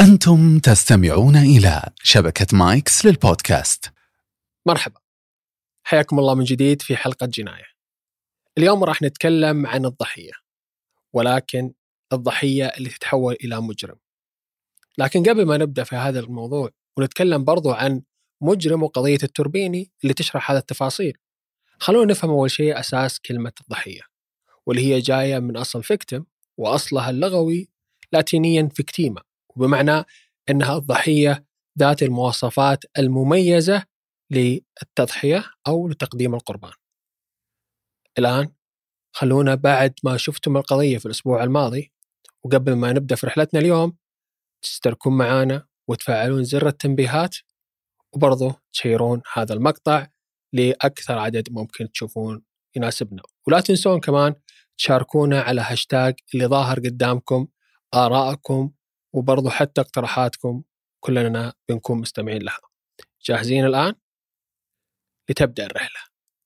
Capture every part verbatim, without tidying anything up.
أنتم تستمعون إلى شبكة مايكس للبودكاست. مرحبا، حياكم الله من جديد في حلقة جناية. اليوم راح نتكلم عن الضحية، ولكن الضحية اللي تتحول إلى مجرم. لكن قبل ما نبدأ في هذا الموضوع ونتكلم برضو عن مجرم وقضية التوربيني اللي تشرح هذا التفاصيل، خلونا نفهم أول شيء أساس كلمة الضحية، واللي هي جاية من أصل فيكتم، وأصلها اللغوي لاتينيا فيكتيما، وبمعنى أنها الضحية ذات المواصفات المميزة للتضحية أو لتقديم القربان. الآن خلونا بعد ما شفتم القضية في الأسبوع الماضي، وقبل ما نبدأ في رحلتنا اليوم، تشتركون معنا وتفعلون زر التنبيهات، وبرضو تشيرون هذا المقطع لأكثر عدد ممكن تشوفون يناسبنا. ولا تنسون كمان تشاركونا على هاشتاج اللي ظاهر قدامكم آراءكم وبرضو حتى اقتراحاتكم، كلنا بنكون مستمعين لها. جاهزين الآن؟ لتبدأ الرحلة.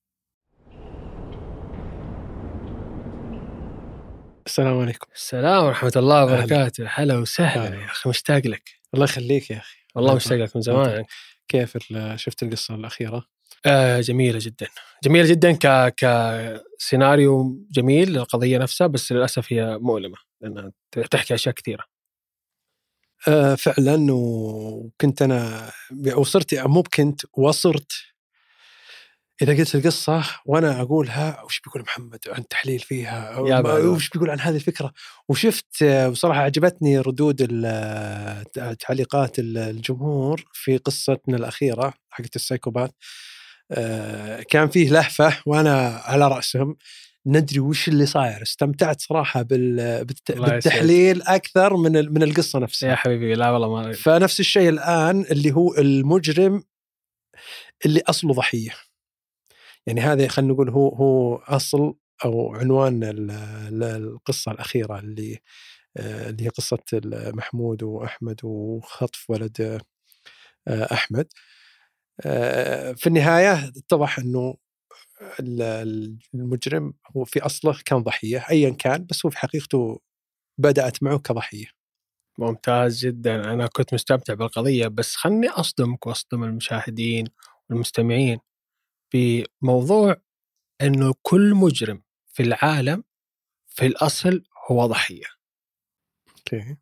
السلام عليكم. السلام ورحمة الله وبركاته. حلا وسهلا يا أخي، مشتاق لك. الله يخليك يا أخي. والله مشتاق لك من زمان. كيف شفت القصة الأخيرة؟ آه جميلة جدا، جميلة جدا ك كسيناريو جميل للقضية نفسها، بس للأسف هي مؤلمة لأنها تحكي أشياء كثيرة. آه فعلا، وكنت أنا وصرت مو بكنت وصرت إذا قلت القصة وأنا أقولها وش بيقول محمد عن تحليل فيها، وش بيقول عن هذه الفكرة. وشفت بصراحة عجبتني ردود تعليقات الجمهور في قصتنا الأخيرة حقت السايكوبات. كان فيه لهفة وأنا على رأسهم، ندري وش اللي صاير. استمتعت صراحة بالتحليل أكثر من من القصة نفسها يا حبيبي. لا والله ما. فنفس الشيء الآن اللي هو المجرم اللي أصله ضحية، يعني هذا خلينا نقول هو هو أصل أو عنوان القصة الأخيرة اللي اللي هي قصة محمود وأحمد وخطف ولد أحمد. في النهاية اتضح أنه المجرم هو في أصله كان ضحية أيا كان، بس هو في حقيقته بدأت معه كضحية. ممتاز جدا، أنا كنت مستمتع بالقضية، بس خلني أصدمك وأصدم المشاهدين والمستمعين بموضوع أنه كل مجرم في العالم في الأصل هو ضحية. أوكي.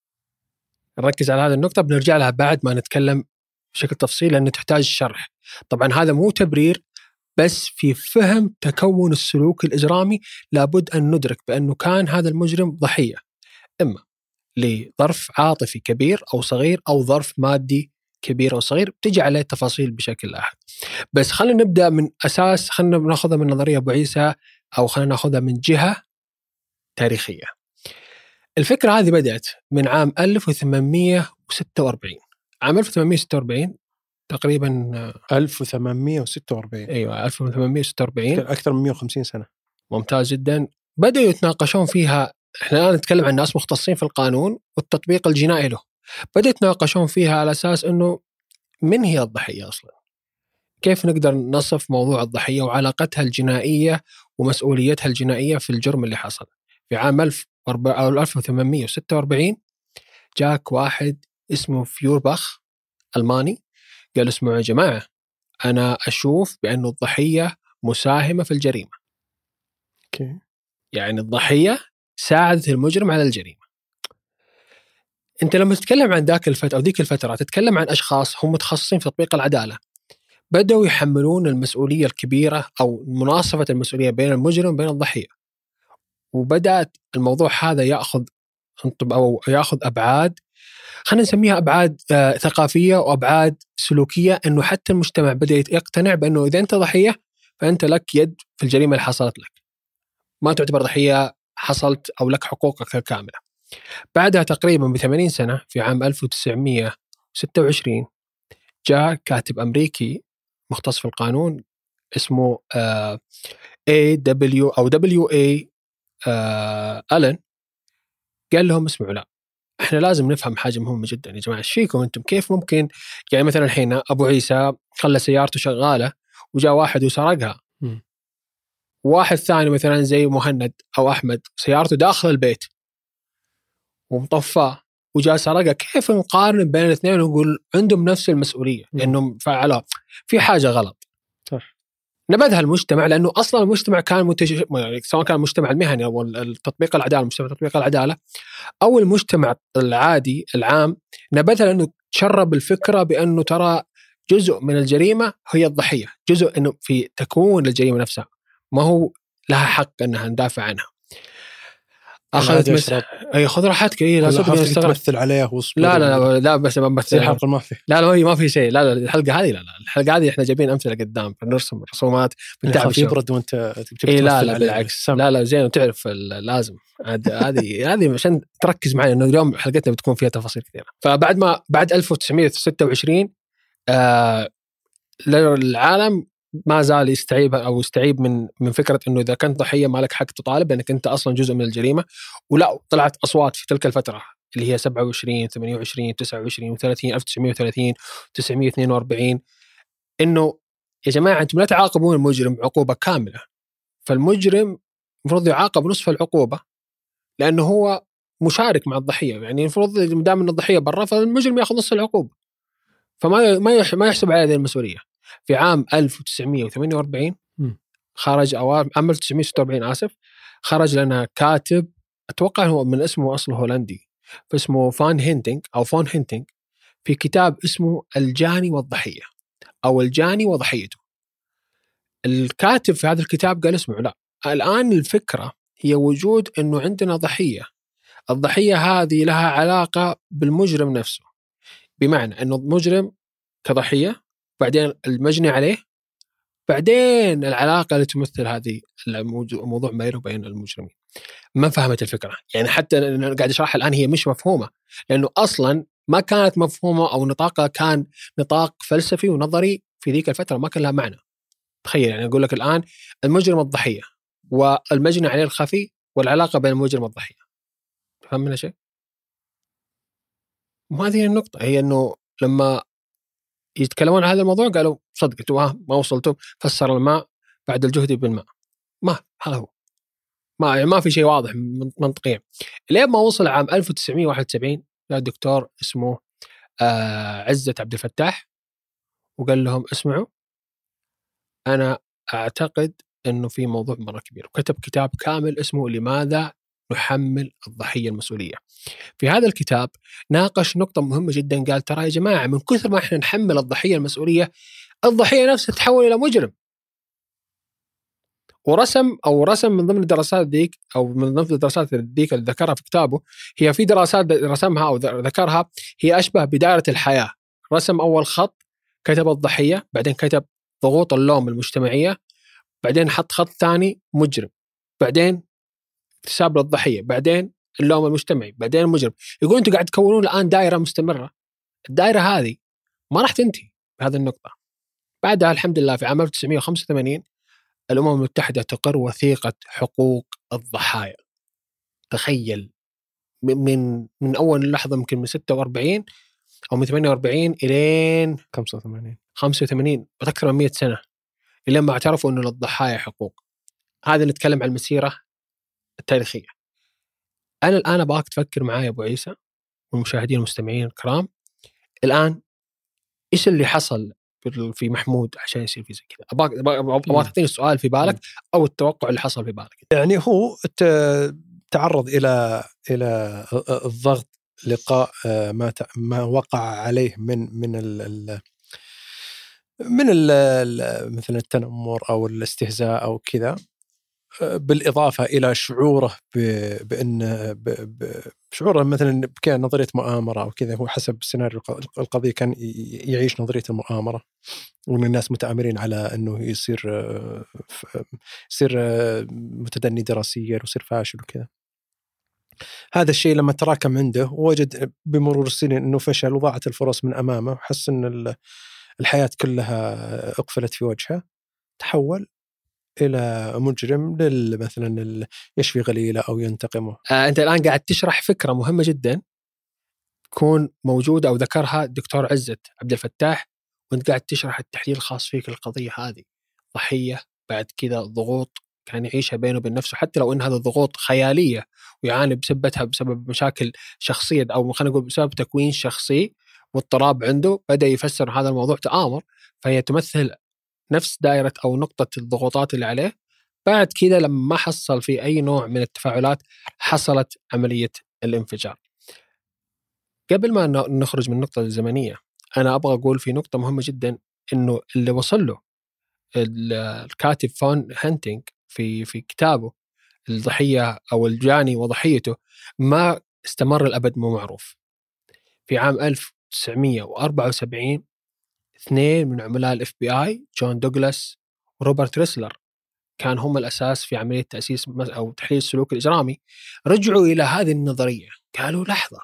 نركز على هذه النقطة، بنرجع لها بعد ما نتكلم بشكل تفصيل لأنه تحتاج شرح. طبعا هذا مو تبرير، بس في فهم تكون السلوك الإجرامي لابد أن ندرك بأنه كان هذا المجرم ضحية إما لظرف عاطفي كبير أو صغير، أو ظرف مادي كبير أو صغير، بتجي عليه التفاصيل بشكل لاحق. بس خلينا نبدأ من أساس، خلينا نأخذها من نظرية أبو عيسى، أو خلينا نأخذها من جهة تاريخية. الفكرة هذه بدأت من عام ألف وثمانمائة وستة وأربعين. عام ألف وثمانمائة وستة وأربعين تقريبا. ألف وثمانمائة وستة وأربعين. أيوة ألف وثمانمائة وستة وأربعين، أكثر من مئة وخمسين سنة. ممتاز جدا. بدأوا يتناقشون فيها. احنا الآن نتكلم عن ناس مختصين في القانون والتطبيق الجنائي له. بدأوا يتناقشون فيها على أساس أنه من هي الضحية أصلا، كيف نقدر نصف موضوع الضحية وعلاقتها الجنائية ومسؤوليتها الجنائية في الجرم اللي حصل. في عام ألف وثمانمائة وستة وأربعين جاك واحد اسمه فيورباخ ألماني، قال اسمعوا يا جماعة، أنا أشوف بأنه الضحية مساهمة في الجريمة. okay. يعني الضحية ساعدت المجرم على الجريمة. أنت لما تتكلم عن ذاك الفترة أو ذيك الفترة تتكلم عن أشخاص هم متخصصين في تطبيق العدالة، بدأوا يحملون المسؤولية الكبيرة أو مناصفة المسؤولية بين المجرم وبين الضحية. وبدأت الموضوع هذا يأخذ أو يأخذ أبعاد، خلينا نسميها أبعاد آه ثقافية وأبعاد سلوكية، أنه حتى المجتمع بدأ يقتنع بأنه إذا أنت ضحية فأنت لك يد في الجريمة اللي حصلت لك، ما تعتبر ضحية، حصلت أو لك حقوقك الكاملة. بعدها تقريبا بثمانين سنة في عام ألف وتسعمائة وستة وعشرين جاء كاتب أمريكي مختص في القانون اسمه آه إيه دبليو أو دبليو إيه آه ألن، قال لهم اسمعوا، لا احنا لازم نفهم حاجة مهمة جدا يا جماعة. ايش فيكم انتم؟ كيف ممكن يعني مثلا الحين ابو عيسى خلى سيارته شغالة وجاء واحد وسرقها، م. واحد ثاني مثلا زي مهند او احمد سيارته داخل البيت ومطفاه وجاء سرقه، كيف نقارن بين الاثنين ونقول عندهم نفس المسؤوليه انهم فعلوا؟ في حاجه غلط. صح. نبذها المجتمع، لانه اصلا المجتمع كان متج... سواء كان المجتمع المهني او التطبيق العداله، مجتمع تطبيق العداله او المجتمع العادي العام، نبذها لانه تشرب الفكره بانه ترى جزء من الجريمه هي الضحيه، جزء انه في تكون الجريمه نفسها، ما هو لها حق انها ندافع عنها. اخذت مس... اي خذ راحتك، اي لا تمثل عليه لا لا لا, لا بس ما بس الحلقه ما في لا لا ما في شيء. لا لا الحلقه هذه لا لا الحلقه هذه احنا جايبين امثله قدام، نرسم رسومات بنتعب يبرد وانت إيه لا لا بالعكس لا لا زين، وتعرف لازم هذه هذه عشان تركز معي انه اليوم حلقتنا بتكون فيها تفاصيل كثيره. فبعد ما بعد ألف وتسعمية وستة وعشرين آه العالم ما زال يستعيب او يستعيب من من فكره انه اذا كنت ضحيه ما لك حق تطالب لانك انت اصلا جزء من الجريمه. ولا طلعت اصوات في تلك الفتره اللي هي سبعة وعشرين ثمانية وعشرين تسعة وعشرين وثلاثين ألف وتسعمية وثلاثين وتسعمية واثنين وأربعين انه يا جماعه انتم لا تعاقبون المجرم عقوبه كامله، فالمجرم المفروض يعاقب نصف العقوبه لانه هو مشارك مع الضحيه. يعني المفروض دام ان الضحيه برا فالمجرم ياخذ نصف العقوبه، فما ما ما يحسب عليه هذه المسؤوليه. في عام ألف وتسعمية وثمانية وأربعين خرج أوام عام ألف وتسعمية وستة وأربعين آسف خرج لنا كاتب أتوقع هو من اسمه أصله هولندي، فاسمه فان هينتينغ أو فون هينتينغ، في كتاب اسمه الجاني والضحية أو الجاني وضحيته. الكاتب في هذا الكتاب قال اسمعوا، لا الآن الفكرة هي وجود أنه عندنا ضحية، الضحية هذه لها علاقة بالمجرم نفسه، بمعنى أنه المجرم كضحية، بعدين المجني عليه، بعدين العلاقة اللي تمثل هذه الموضوع بينه وبين المجرمين. ما فهمت الفكرة، يعني حتى أنا قاعد أشرحها الآن هي مش مفهومة، لأنه أصلا ما كانت مفهومة أو نطاقها كان نطاق فلسفي ونظري في ذيك الفترة، ما كان لها معنى. تخيل يعني أقول لك الآن المجرم الضحية والمجني عليه الخفي والعلاقة بين المجرم والضحية، فهمنا شيء؟ وهذه النقطة هي أنه لما يتكلمون عن هذا الموضوع قالوا صدق انتوا ما وصلتم، فسر الماء بعد الجهد بالماء، ما هذا هو ما يعني ما في شيء واضح منطقيا. لين ما وصل عام ألف وتسعمية وواحد وسبعين جاء دكتور اسمه آه عزت عبد الفتاح وقال لهم اسمعوا أنا أعتقد أنه في موضوع مرة كبير، وكتب كتاب كامل اسمه لماذا نحمل الضحية المسؤولية. في هذا الكتاب ناقش نقطة مهمة جدا، قال ترى يا جماعة من كثر ما احنا نحمل الضحية المسؤولية الضحية نفسها تتحول إلى مجرم. ورسم أو رسم من ضمن الدراسات ذيك أو من ضمن الدراسات ذيك اللي ذكرها في كتابه، هي في دراسات رسمها أو ذكرها هي أشبه بدائرة الحياة. رسم أول خط كتب الضحية، بعدين كتب ضغوط اللوم المجتمعية، بعدين حط خط ثاني مجرم، بعدين اكتساب للضحية، بعدين اللوم المجتمعي، بعدين المجرم. يقول أنتوا قاعد تكونون الآن دائرة مستمرة، الدائرة هذه ما راح تنتهي بهذه النقطة. بعدها الحمد لله في عام ألف وتسعمية وخمسة وثمانين الأمم المتحدة تقر وثيقة حقوق الضحايا. تخيل من من أول لحظة يمكن من ستة وأربعين أو من ثمانية وأربعين إلين خمسة وثمانين خمسة وثمانين أكثر من مئة سنة إلى ما اعترفوا إنه للضحايا حقوق. هذا نتكلم عن المسيرة التاريخية. أنا الآن أبغاك تفكر معايا أبو عيسى والمشاهدين والمستمعين الكرام، الآن إيش اللي حصل في محمود عشان يصير في زي كذا؟ أبغاك أبغاك تعطيني السؤال في بالك أو التوقع اللي حصل في بالك. يعني هو تعرض إلى إلى الضغط، لقاء ما ما وقع عليه من من ال من ال مثل التنمر أو الاستهزاء أو كذا، بالإضافة إلى شعوره بأن شعوره مثلا كان نظرية مؤامرة أو كذا. هو حسب سيناريو القضية كان يعيش نظرية المؤامرة، وأن الناس متآمرين على أنه يصير يصير متدني دراسيا ويصير فاشل وكذا. هذا الشيء لما تراكم عنده ووجد بمرور السنين أنه فشل وضاعت الفرص من أمامه وحس أن الحياة كلها أقفلت في وجهه، تحول إلى مجرم لل مثلا يشفي غليله أو ينتقمه. آه أنت الآن قاعد تشرح فكرة مهمة جدا تكون موجودة أو ذكرها الدكتور عزت عبد الفتاح، وأنت قاعد تشرح التحليل الخاص فيك للقضية هذه. ضحية، بعد كذا ضغوط، كان يعيشها بينه وبين نفسه، حتى لو ان هذه الضغوط خياليه ويعاني بسبتها بسبب مشاكل شخصيه او خلينا نقول بسبب تكوين شخصي واضطراب عنده، بدا يفسر هذا الموضوع تآمر، فهي تمثل نفس دائره او نقطه الضغوطات اللي عليه. بعد كذا لما ما حصل في اي نوع من التفاعلات حصلت عمليه الانفجار. قبل ما نخرج من النقطه الزمنيه، انا ابغى اقول في نقطه مهمه جدا، انه اللي وصل له الكاتب فون هانتينغ في في كتابه الضحية أو الجاني وضحيته ما استمر الأبد، مو معروف. في عام ألف وتسعمائة وأربعة وسبعين اثنين من عملاء الاف بي اي، جون دوغلاس وروبرت ريسلر، كان هم الأساس في عملية تأسيس أو تحليل السلوك الإجرامي، رجعوا إلى هذه النظرية. قالوا لحظة،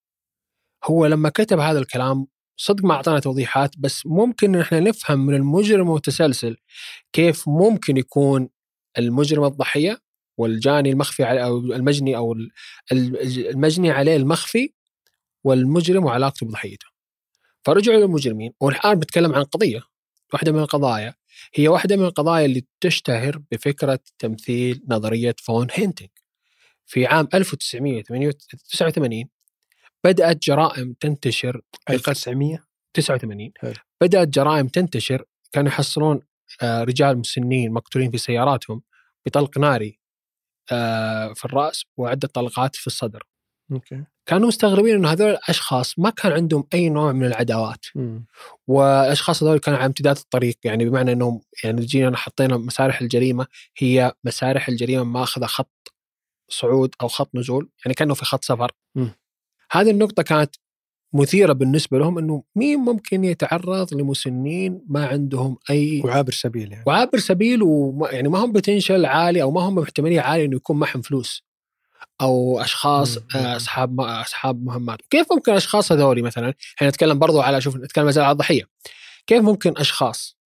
هو لما كتب هذا الكلام صدق ما أعطانا توضيحات، بس ممكن نحن نفهم من المجرم المتسلسل كيف ممكن يكون المجرم الضحية والجاني المخفي عليه أو المجني أو المجني عليه المخفي، والمجرم وعلاقته بضحيته. فرجعوا للمجرمين، والآن بتكلم عن قضية واحدة من القضايا، هي واحدة من القضايا اللي تشتهر بفكرة تمثيل نظرية فون هانتينغ. في عام ألف وتسعمائة وتسعة وثمانين بدأت جرائم تنتشر. ألف وتسعمائة وتسعة وثمانين بدأت جرائم تنتشر، كانوا يحصلون رجال مسنين مقتولين في سياراتهم بطلق ناري في الرأس وعدة طلقات في الصدر. أوكي. كانوا مستغربين أنه هذول الأشخاص ما كان عندهم أي نوع من العداوات، م. والأشخاص هذول كانوا على امتداد الطريق، يعني بمعنى أنهم يعني جينا حطينا مسارح الجريمة هي مسارح الجريمة ما أخذ خط صعود أو خط نزول، يعني كانوا في خط سفر. م. هذه النقطة كانت مثيرة بالنسبة لهم، أنه مين ممكن يتعرض لمسنين ما عندهم أي وعابر سبيل يعني. وعابر سبيل وما يعني ما هم بتنشل عالي أو ما هم احتمالية عالية أنه يكون معهم فلوس أو أشخاص أصحاب أصحاب مهمات. كيف ممكن أشخاص هذولي مثلا، احنا نتكلم برضو على شوف نتكلم مثلا على الضحية، كيف ممكن أشخاص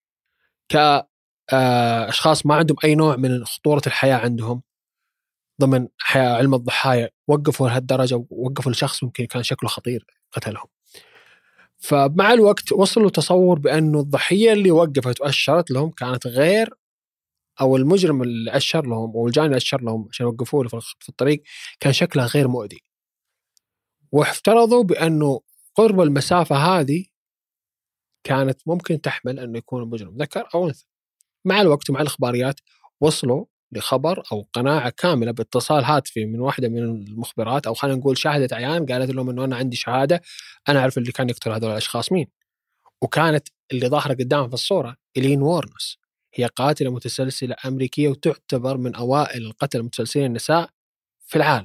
كأشخاص ما عندهم أي نوع من خطورة الحياة عندهم ضمن علم الضحايا وقفوا لهالدرجة، ووقفوا لشخص ممكن كان شكله خطير قتلهم. فمع الوقت وصلوا تصور بأنه الضحية اللي وقفت وأشرت لهم كانت غير، أو المجرم اللي أشر لهم أو الجاني اللي أشر لهم عشان يوقفوه في الطريق كان شكله غير مؤذي، وافترضوا بأنه قرب المسافة هذه كانت ممكن تحمل أنه يكون المجرم ذكر أو أنثى. مع الوقت ومع الإخباريات وصلوا لخبر أو قناعة كاملة باتصال هاتفي من واحدة من المخبرات، أو خلينا نقول شاهدة عيان، قالت لهم أنه أنا عندي شهادة، أنا أعرف اللي كان يقتل هذول الأشخاص مين. وكانت اللي ظاهرة قدامها في الصورة إلين وورنس، هي قاتلة متسلسلة أمريكية وتعتبر من أوائل القتلة المتسلسلين النساء في العالم.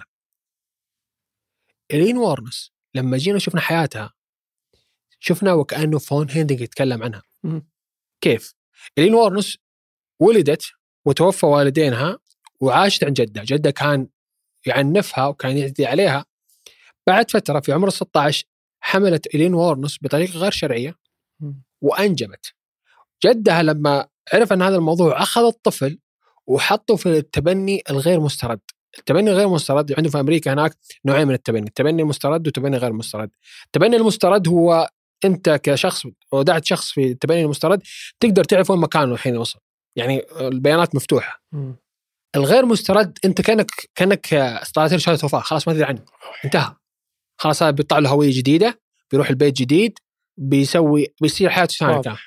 إلين وورنس لما جينا شفنا حياتها شفنا وكأنه فون هانتينغ يتكلم عنها. م- كيف؟ إلين وورنس ولدت وتوفى والدينها وعاشت عند جدة، جدة كان يعنفها وكان يعتدي عليها. بعد فترة في عمر ستة عشر حملت إلين وورنس بطريقة غير شرعية وأنجبت. جدها لما عرف أن هذا الموضوع أخذ الطفل وحطه في التبني الغير مسترد. التبني الغير مسترد عنده في أمريكا هناك نوعين من التبني، التبني المسترد وتبني غير مسترد. التبني المسترد هو أنت كشخص ودعت شخص في التبني المسترد تقدر تعرف وين مكانه الحين وصل، يعني البيانات مفتوحة. م. الغير مسترد أنت كأنك كأنك استطاعت شهادة وفاة، خلاص ما تدري عنه، انتهى خلاص، بيطلع له هوية جديدة، بيروح البيت جديد، بيسوي بيصير حياته ثانية كاملة.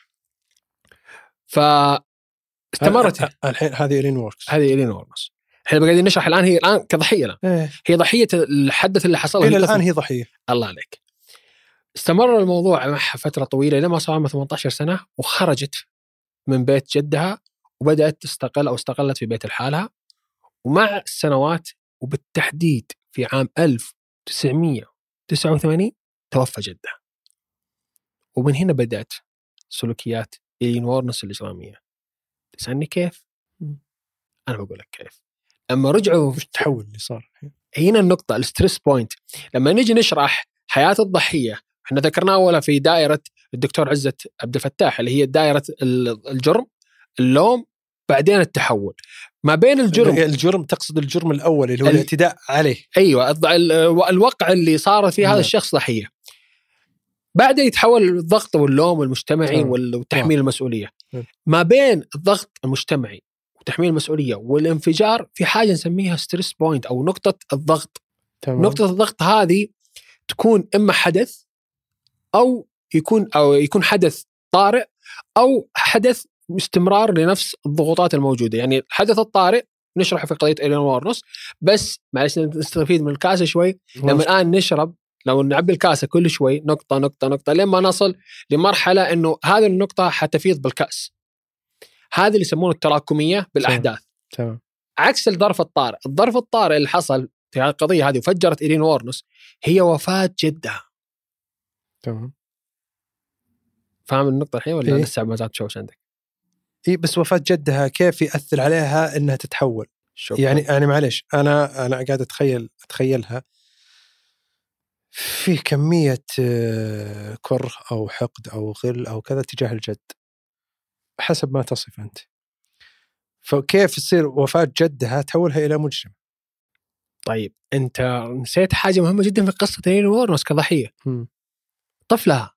فاستمرت الحين هذه إلين وورنس، هذه إلين وورنس احنا قاعدين نشرح الآن، هي الآن كضحية الآن. إيه. هي ضحية الحدث اللي حصل إلى الآن هي ضحية. الله عليك. استمر الموضوع معها فترة طويلة لما صار عمرها ثمانية عشر سنة، وخرجت من بيت جدها وبدأت تستقل أو استقلت في بيت لحالها. ومع السنوات وبالتحديد في عام ألف وتسعمائة وتسعة وثمانين توفى جدها. ومن هنا بدأت سلوكيات إلين وورنس الإجرامية. تسألني كيف؟ أنا بقول لك كيف. لما رجعوا وش التحول اللي صار؟ هنا النقطة الستريس بوينت. لما نيجي نشرح حياة الضحية، احنا ذكرنا أولا في دائرة الدكتور عزت عبد الفتاح اللي هي دائرة الجرم، اللوم، بعدين التحول ما بين الجرم. الجرم تقصد الجرم الأول اللي هو الاعتداء عليه. أيوة، الوقع اللي صار فيه هذا الشخص ضحية، بعد يتحول الضغط واللوم المجتمعي وتحميل المسؤولية. ما بين الضغط المجتمعي وتحميل المسؤولية والانفجار في حاجة نسميها ستريس بوينت أو نقطة الضغط. تمام. نقطة الضغط هذه تكون إما حدث أو يكون أو يكون حدث طارئ أو حدث استمرار لنفس الضغوطات الموجودة. يعني الحدث الطارئ نشرحه في قضية إلين وارنوس، بس معلش نستفيد من الكاسة شوي. لما الآن نشرب، لو نعبي الكاسة كل شوي نقطة نقطة نقطة لما نصل لمرحلة إنه هذه النقطة حتفيض بالكأس، هذا اللي يسمونه التراكمية بالأحداث. تمام. عكس الظرف الطارئ. الظرف الطارئ اللي حصل في هذه القضية هذه وفجرت إلين وارنوس هي وفاة جدها. تمام. فاهم النقطة الحين ولا إيه؟ لسه ما زالت شوش عندك؟ إيه بس وفاة جدها كيف يأثر عليها إنها تتحول؟ شكرا. يعني يعني معلش أنا أنا قاعد أتخيل أتخيلها في كمية كره أو حقد أو غل أو كذا تجاه الجد حسب ما تصف أنت. فكيف تصير وفاة جدها تحولها إلى مجرم؟ طيب أنت نسيت حاجة مهمة جدا في قصة إلين وارنوس كضحية. م. طفلها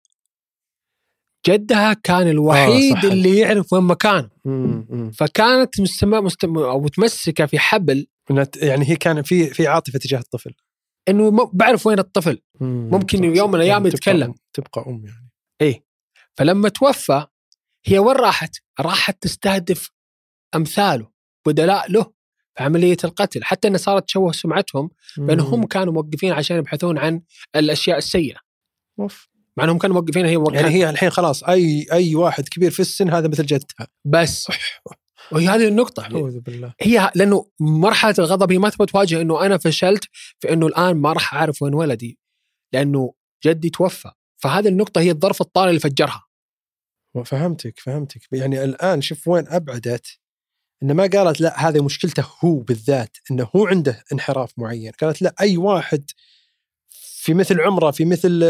جدها كان الوحيد آه اللي يعرف وين مكانه، م. فكانت مستمع مستمع أو متمسكة في حبل. يعني هي كان في في عاطفة تجاه الطفل، إنه بعرف وين الطفل، ممكن يوم من الأيام يتكلم. تبقى أم يعني. إيه. فلما توفى هي وين راحت؟ راحت تستهدف أمثاله بدلاء له في عملية القتل، حتى أن صارت تشوه سمعتهم بأنهم كانوا موقفين عشان يبحثون عن الأشياء السيئة. أوف. مع أنهم كانوا موقفين هي يعني هي الحين خلاص أي أي واحد كبير في السن هذا مثل جدها بس. وهي هذه النقطة. أعوذ بالله. هي لأنه مرحلة الغضب هي ما تبغى تواجه إنه أنا فشلت في إنه الآن ما راح أعرف وين ولدي لأنه جدي توفى. فهذه النقطة هي الظرف الطارئ اللي فجرها. فهمتك فهمتك يعني الآن شوف وين أبعدت، إنه ما قالت لا هذه مشكلته هو بالذات إنه هو عنده انحراف معين، قالت لا أي واحد في مثل عمره في مثل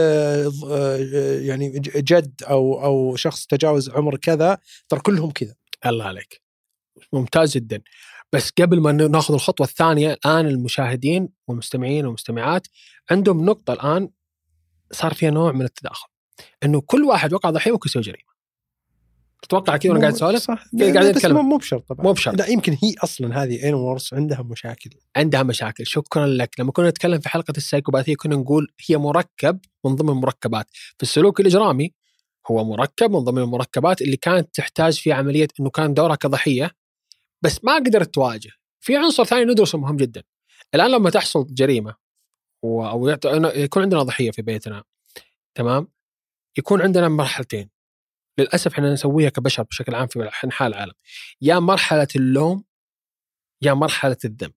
يعني جد أو أو شخص تجاوز عمر كذا ترى كلهم كذا. الله عليك، ممتاز جدا. بس قبل ما ناخذ الخطوة الثانية، الآن المشاهدين والمستمعين والمستمعات عندهم نقطة الآن صار فيها نوع من التداخل، إنه كل واحد وقع ضحية وكل شيء جريمة. تتوقع كذا وأنا قاعد أسولف؟ صح. قاعد أتكلم. مو بشرط طبعا. مو بشرط. لا يمكن هي أصلا هذه إلين وارنوس عندها مشاكل. عندها مشاكل. شكرا لك. لما كنا نتكلم في حلقة السايكوباثية كنا نقول هي مركب من ضمن المركبات في السلوك الإجرامي. هو مركب من ضمن المركبات اللي كانت تحتاج في عملية إنه كان دورها كضحية بس ما قدرت تواجه. في عنصر ثاني ندرسه مهم جدا. الآن لما تحصل جريمة أو يكون عندنا ضحية في بيتنا، تمام، يكون عندنا مرحلتين للأسف احنا نسويها كبشر بشكل عام في أنحاء العالم، يا مرحلة اللوم يا مرحلة الذنب.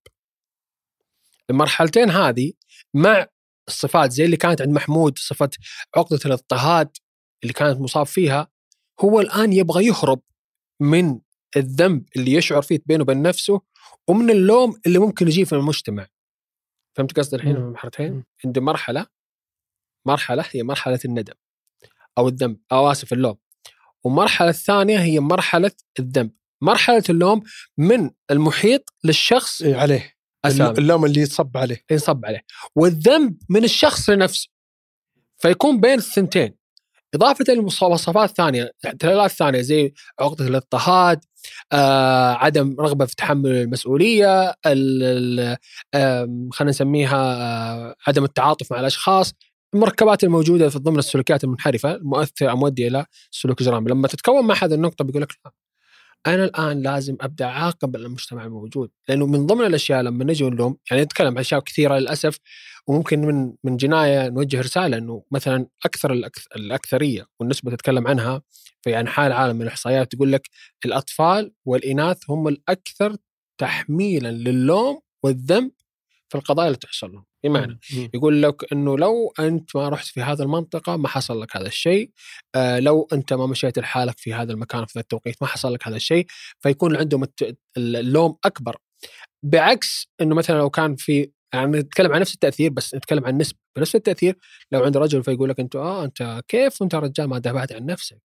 المرحلتين هذه مع الصفات زي اللي كانت عند محمود، صفة عقدة الاضطهاد اللي كانت مصاب فيها، هو الآن يبغى يهرب من الذنب اللي يشعر فيه بينه وبين نفسه ومن اللوم اللي ممكن يجي في المجتمع. فهمت قصدي الحين؟ مرحلتين. عند مرحلة مرحلة هي مرحلة الندم أو الذنب أو آسف اللوم، ومرحلة الثانية هي مرحلة الذنب. مرحلة اللوم من المحيط للشخص عليه أسامي. اللوم اللي يتصب عليه ينصب عليه، والذنب من الشخص لنفسه. فيكون بين الثنتين، إضافة للمواصفات الثانية الثلاث ثانية زي عقدة الاضطهاد، آه، عدم رغبة في تحمل المسؤولية، خلينا نسميها آه، عدم التعاطف مع الأشخاص. المركبات الموجودة في ضمن السلوكيات المنحرفة المؤثرة المؤدية إلى سلوك إجرامي. لما تتكون مع هذه النقطة بيقول لك لا، أنا الآن لازم أبدأ عاقب المجتمع الموجود، لأنه من ضمن الأشياء لما نجي نلوم يعني نتكلم عن أشياء كثيرة للأسف، وممكن من من جناية نوجه رسالة إنه مثلا أكثر الأكثرية والنسبة تتكلم عنها في أنحاء العالم من الإحصائيات تقول لك الأطفال والإناث هم الأكثر تحميلا للوم والذنب في القضايا اللي تحصل لهم. بمعنى يقول لك إنه لو أنت ما رحت في هذا المنطقة ما حصل لك هذا الشيء، آه لو أنت ما مشيت لحالك في هذا المكان في هذا التوقيت ما حصل لك هذا الشيء. فيكون عندهم اللوم أكبر، بعكس إنه مثلا لو كان في يعني نتكلم عن نفس التأثير بس نتكلم عن نسبة بنفس التأثير، لو عند رجل فيقول لك أنت آه أنت كيف أنت رجال ما دافعت عن نفسك،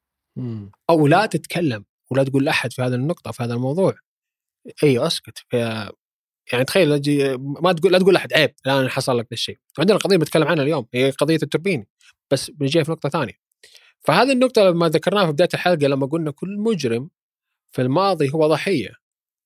أو لا تتكلم ولا تقول لأحد في هذا النقطة في هذا الموضوع، أي أسكت. يعني تخيل ما تقول لا تقول لأحد عيب الآن حصل لك الشيء. عندنا قضية بنتكلم عنها اليوم هي قضية التوربيني، بس بنجي في نقطة ثانية. فهذه النقطة لما ذكرناها في بداية الحلقة لما قلنا كل مجرم في الماضي هو ضحية،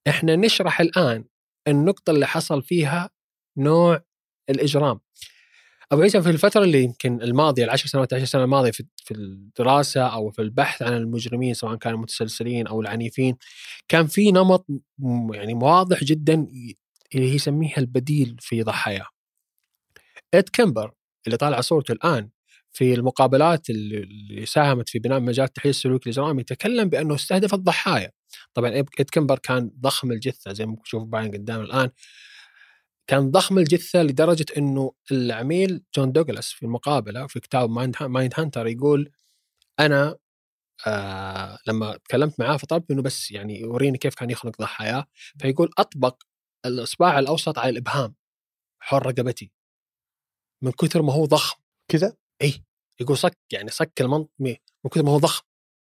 إحنا نشرح الآن النقطة اللي حصل فيها نوع الإجرام. أبو عيسى في الفترة اللي يمكن الماضية العشر سنوات العشر سنة الماضية في في الدراسة أو في البحث عن المجرمين سواء كانوا متسلسلين أو العنيفين، كان في نمط يعني واضح جدا اللي يسميها البديل في ضحايا. إد كيمبر اللي طالع صورته الآن في المقابلات اللي ساهمت في بناء مجال تحليل السلوك الإجرامي تكلم بأنه استهدف الضحايا. طبعا إد كيمبر كان ضخم الجثة زي ما تشوف باين قدام الآن، كان ضخم الجثة لدرجة أنه العميل جون دوغلاس في المقابلة في كتاب مايند هانتر يقول أنا آه لما تكلمت معاه فطلبت أنه بس يعني يوريني كيف كان يخلق ضحاياه، فيقول أطبق الإصبع الأوسط على الإبهام حول رقبتي من كثر ما هو ضخم كذا. أي يقول صك يعني صك المنط من كثر ما هو ضخم،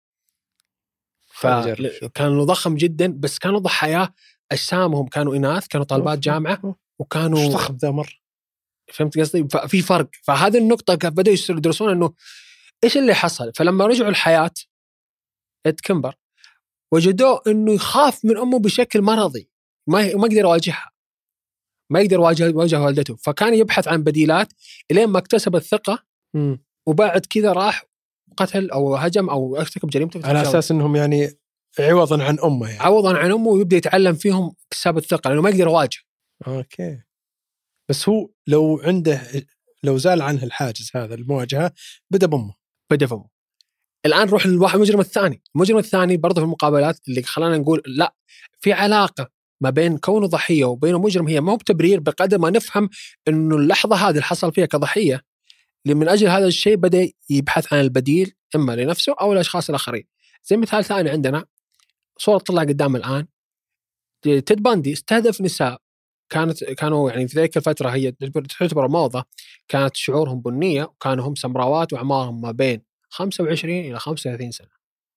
فكانوا ضخم جدا. بس كانوا ضحاياه أجسامهم كانوا إناث، كانوا طالبات جامعة وكانوا ضخم ذا مرة. فهمت قصدي؟ ففي فرق. فهذه النقطة بدأوا يدرسون إنه إيش اللي حصل. فلما رجعوا الحياة إد كيمبر وجدوا إنه يخاف من أمه بشكل مرضي، ما ما يقدر يواجهها، ما يقدر يواجه يواجه والدته، فكان يبحث عن بديلات إلين ما اكتسب الثقة. م. وبعد كذا راح قتل أو هجم أو ارتكب جريمته على أساس إنهم يعني عوضا عن أمه، يعني عوضا عن أمه، ويبدأ يتعلم فيهم اكتساب الثقة لأنه ما يقدر يواجه. أوكي. بس هو لو عنده لو زال عنه الحاجز هذا المواجهة بدأ بأمه بدأ بأمه. الآن نروح للواحد المجرم الثاني. المجرم الثاني برضه في المقابلات اللي خلانا نقول لا في علاقة ما بين كونه ضحية وبينه مجرم، هي ما هو بتبرير بقدر ما نفهم إنه اللحظة هذه اللي حصل فيها كضحية من أجل هذا الشيء بدأ يبحث عن البديل إما لنفسه أو لأشخاص الآخرين. زي مثال ثاني عندنا صورة طلع قدام الآن، تيد باندي استهدف نساء كانت كانوا يعني في ذيك الفترة هي تعتبر موضة، كانت شعورهم بنية وكانوا هم سمراوات وأعمارهم ما بين خمسة وعشرين إلى خمسة وثلاثين سنة.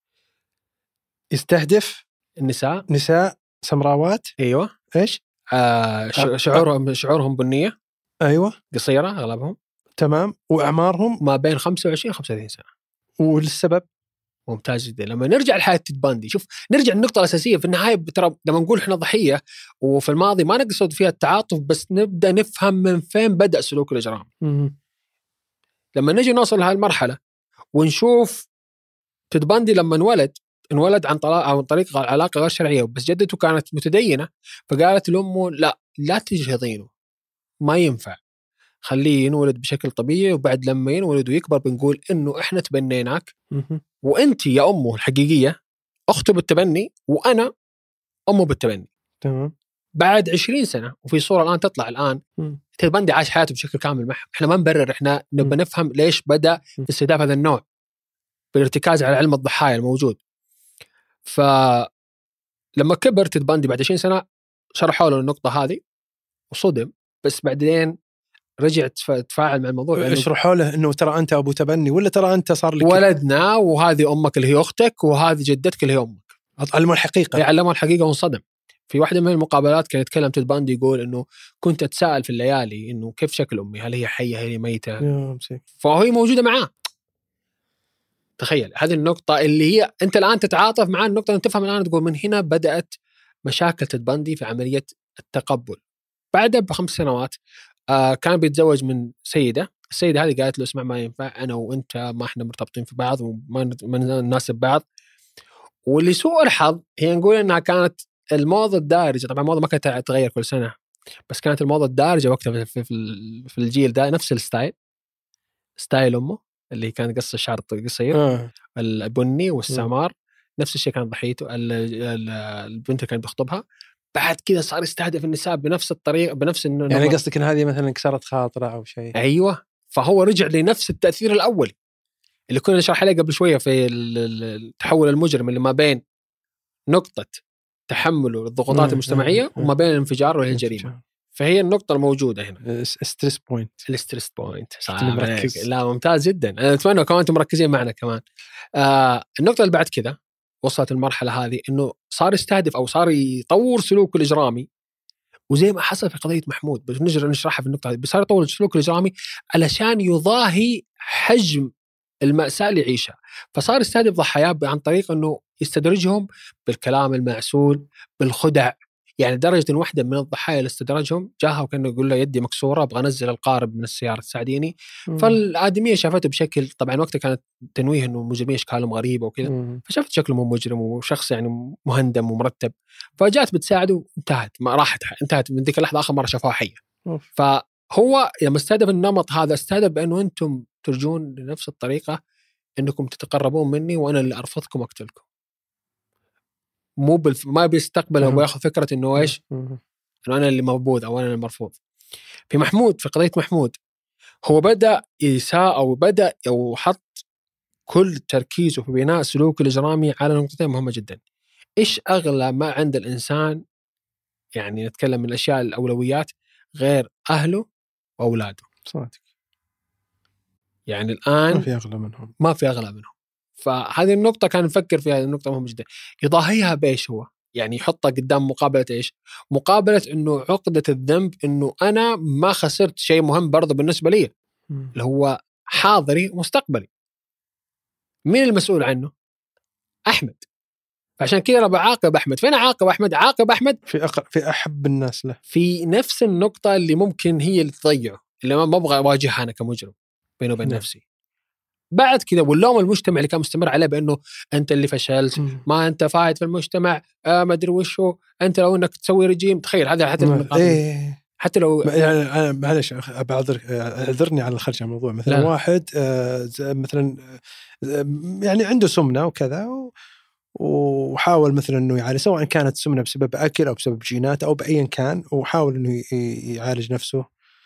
يستهدف النساء نساء سمراوات. أيوة. إيش آه شعورهم شعورهم بنية. أيوة. قصيرة أغلبهم. تمام. وأعمارهم ما بين خمسة وعشرين إلى خمسة وثلاثين سنة. والسبب ممتاز جدا. لما نرجع لحياة تيد باندي، شوف نرجع النقطة الأساسية في النهاية. ترى لما نقول إحنا ضحية وفي الماضي ما نقصد فيها التعاطف، بس نبدأ نفهم من فين بدأ سلوك الإجرام. لما نجي نوصل لهذه المرحلة ونشوف تيد باندي لما انولد انولد عن طريق عن طريق علاقة غير شرعية، بس جدته كانت متدينة، فقالت لأمه لا لا تجهضينه، ما ينفع، خليه ينولد بشكل طبيعي، وبعد لما ينولد ويكبر بنقول إنه إحنا تبنيناك وأنت يا أمه الحقيقية أخته بالتبني وأنا أمه بالتبني. تمام. بعد عشرين سنة وفي صورة الآن تطلع الآن تيد باندي عاش حياته بشكل كامل معه. إحنا ما نبرر، إحنا نبى نفهم ليش بدأ استهداف هذا النوع بالارتكاز على علم الضحايا الموجود. فلما كبر تيد باندي بعد عشرين سنة شرحوا له النقطة هذه وصدم، بس بعدين رجع تفاعل مع الموضوع. يعني اشرحوا له انه ترى انت ابو تبني ولا ترى انت صار لك ولدنا وهذه امك اللي هي اختك وهذه جدتك اللي هي امك. علموا الحقيقه. يعلموا الحقيقه وانصدم. في واحده من المقابلات كان يتكلم تيد باندي يقول انه كنت اتساءل في الليالي انه كيف شكل امي، هل هي حيه هل هي ميته، فهي موجوده معاه. تخيل هذه النقطه اللي هي انت الان تتعاطف مع النقطه اللي تفهم الان، تقول من هنا بدات مشاكل تيد باندي في عمليه التقبل. بعدها بخمس سنوات آه كان بيتزوج من سيدة. السيدة هذه قالت له اسمع ما ينفع، أنا وأنت ما إحنا مرتبطين في بعض وما نناسب بعض. واللي سوء الحظ هي نقول إنها كانت الموضة الدارجة. طبعا الموضة ما كانت تتغير كل سنة، بس كانت الموضة الدارجة وقتها في, في, في الجيل ده نفس الستايل، ستايل أمه اللي كان قص الشعر قصير آه. البني والسمار، نفس الشيء كان ضحيته. البنت اللي كانت بيخطبها بعد كذا صار يستهدف النساء بنفس الطريقة بنفس إنه يعني قصدك إن هذه مثلا كسرت خاطره أو شيء. أيوة. فهو رجع لنفس التأثير الأولي اللي كنا نشرح عليه قبل شوية في التحول المجرم اللي ما بين نقطة تحمله للضغوطات المجتمعية وما بين الانفجار والجريمة. فهي النقطة الموجودة هنا ستريس بوينت. الستريس بوينت. لا ممتاز جدا. أنا أتمنى كمان أنتم مركزين معنا كمان. آه النقطة اللي بعد كذا وصلت المرحلة هذه إنه صار يستهدف أو صار يطور سلوكه الإجرامي، وزي ما حصل في قضية محمود بس نجر نشرحها في النقطة هذه. صار يطور سلوكه الإجرامي علشان يضاهي حجم المأساة اللي يعيشها، فصار يستهدف ضحاياه عن طريق إنه يستدرجهم بالكلام المعسول، بالخدع، يعني لدرجة إن واحدة من الضحايا اللي استدرجهم جاها وكان يقول له يدي مكسورة أبغى أنزل القارب من السيارة تساعديني. فالآدمية شافته بشكل، طبعا وقتها كانت تنويه إنه مجرمين أشكالهم غريبة وكذا، فشافت شكله مو مجرم وشخص يعني مهندم ومرتب، فجاءت بتساعده وانتهت، ما راحت انتهت من ذيك اللحظة. آخر مرة شافوها حية. فهو لما استهدف النمط هذا استهدف بأنه أنتم ترجون لنفس الطريقة، إنكم تتقربون مني وأنا اللي أرفضكم أقتلكم. مو بالف... ما بيستقبل أو بياخذ فكرة إنه إيش، إنه أنا اللي موجود أو أنا اللي مرفوض. في محمود، في قضية محمود، هو بدأ يساء أو بدأ أو حط كل تركيزه في بناء سلوك الإجرامي على نقطتين مهمة جدا. إيش أغلى ما عند الإنسان، يعني نتكلم من الأشياء الأولويات، غير أهله وأولاده. صادق. يعني الآن ما في أغلى منهم، ما في أغلى منهم. فهذه النقطة كان نفكر فيها، النقطة مهمة جدا. يضاهيها بإيش هو؟ يعني يحطها قدام مقابلة إيش؟ مقابلة إنه عقدة الذنب، إنه أنا ما خسرت شيء مهم برضه بالنسبة لي، اللي هو حاضري مستقبلي. مين المسؤول عنه؟ أحمد. فعشان كذا أنا بعاقب أحمد. فين عاقب أحمد؟ عاقب أحمد في أق... في أحب الناس له، في نفس النقطة اللي ممكن هي اللي تضيعه، اللي ما أبغى أواجهها أنا كمجرم بينه وبين نعم. نفسي. بعد كذا واللوم المجتمع اللي كان مستمر عليه بأنه أنت اللي فشلت، مم. ما أنت فايد في المجتمع، آه ما أدري وشو، أنت لو أنك تسوي رجيم. تخيل هذا حتى نعم. إيه. حتى لو يعني أنا معلش بعذر أعذرني على الخرج عن الموضوع. مثلا لا. واحد آه مثلا آه يعني عنده سمنة وكذا و... وحاول مثلا إنه يعني سواء كانت سمنة بسبب أكل أو بسبب جينات أو بأيا كان، وحاول إنه يعالج نفسه،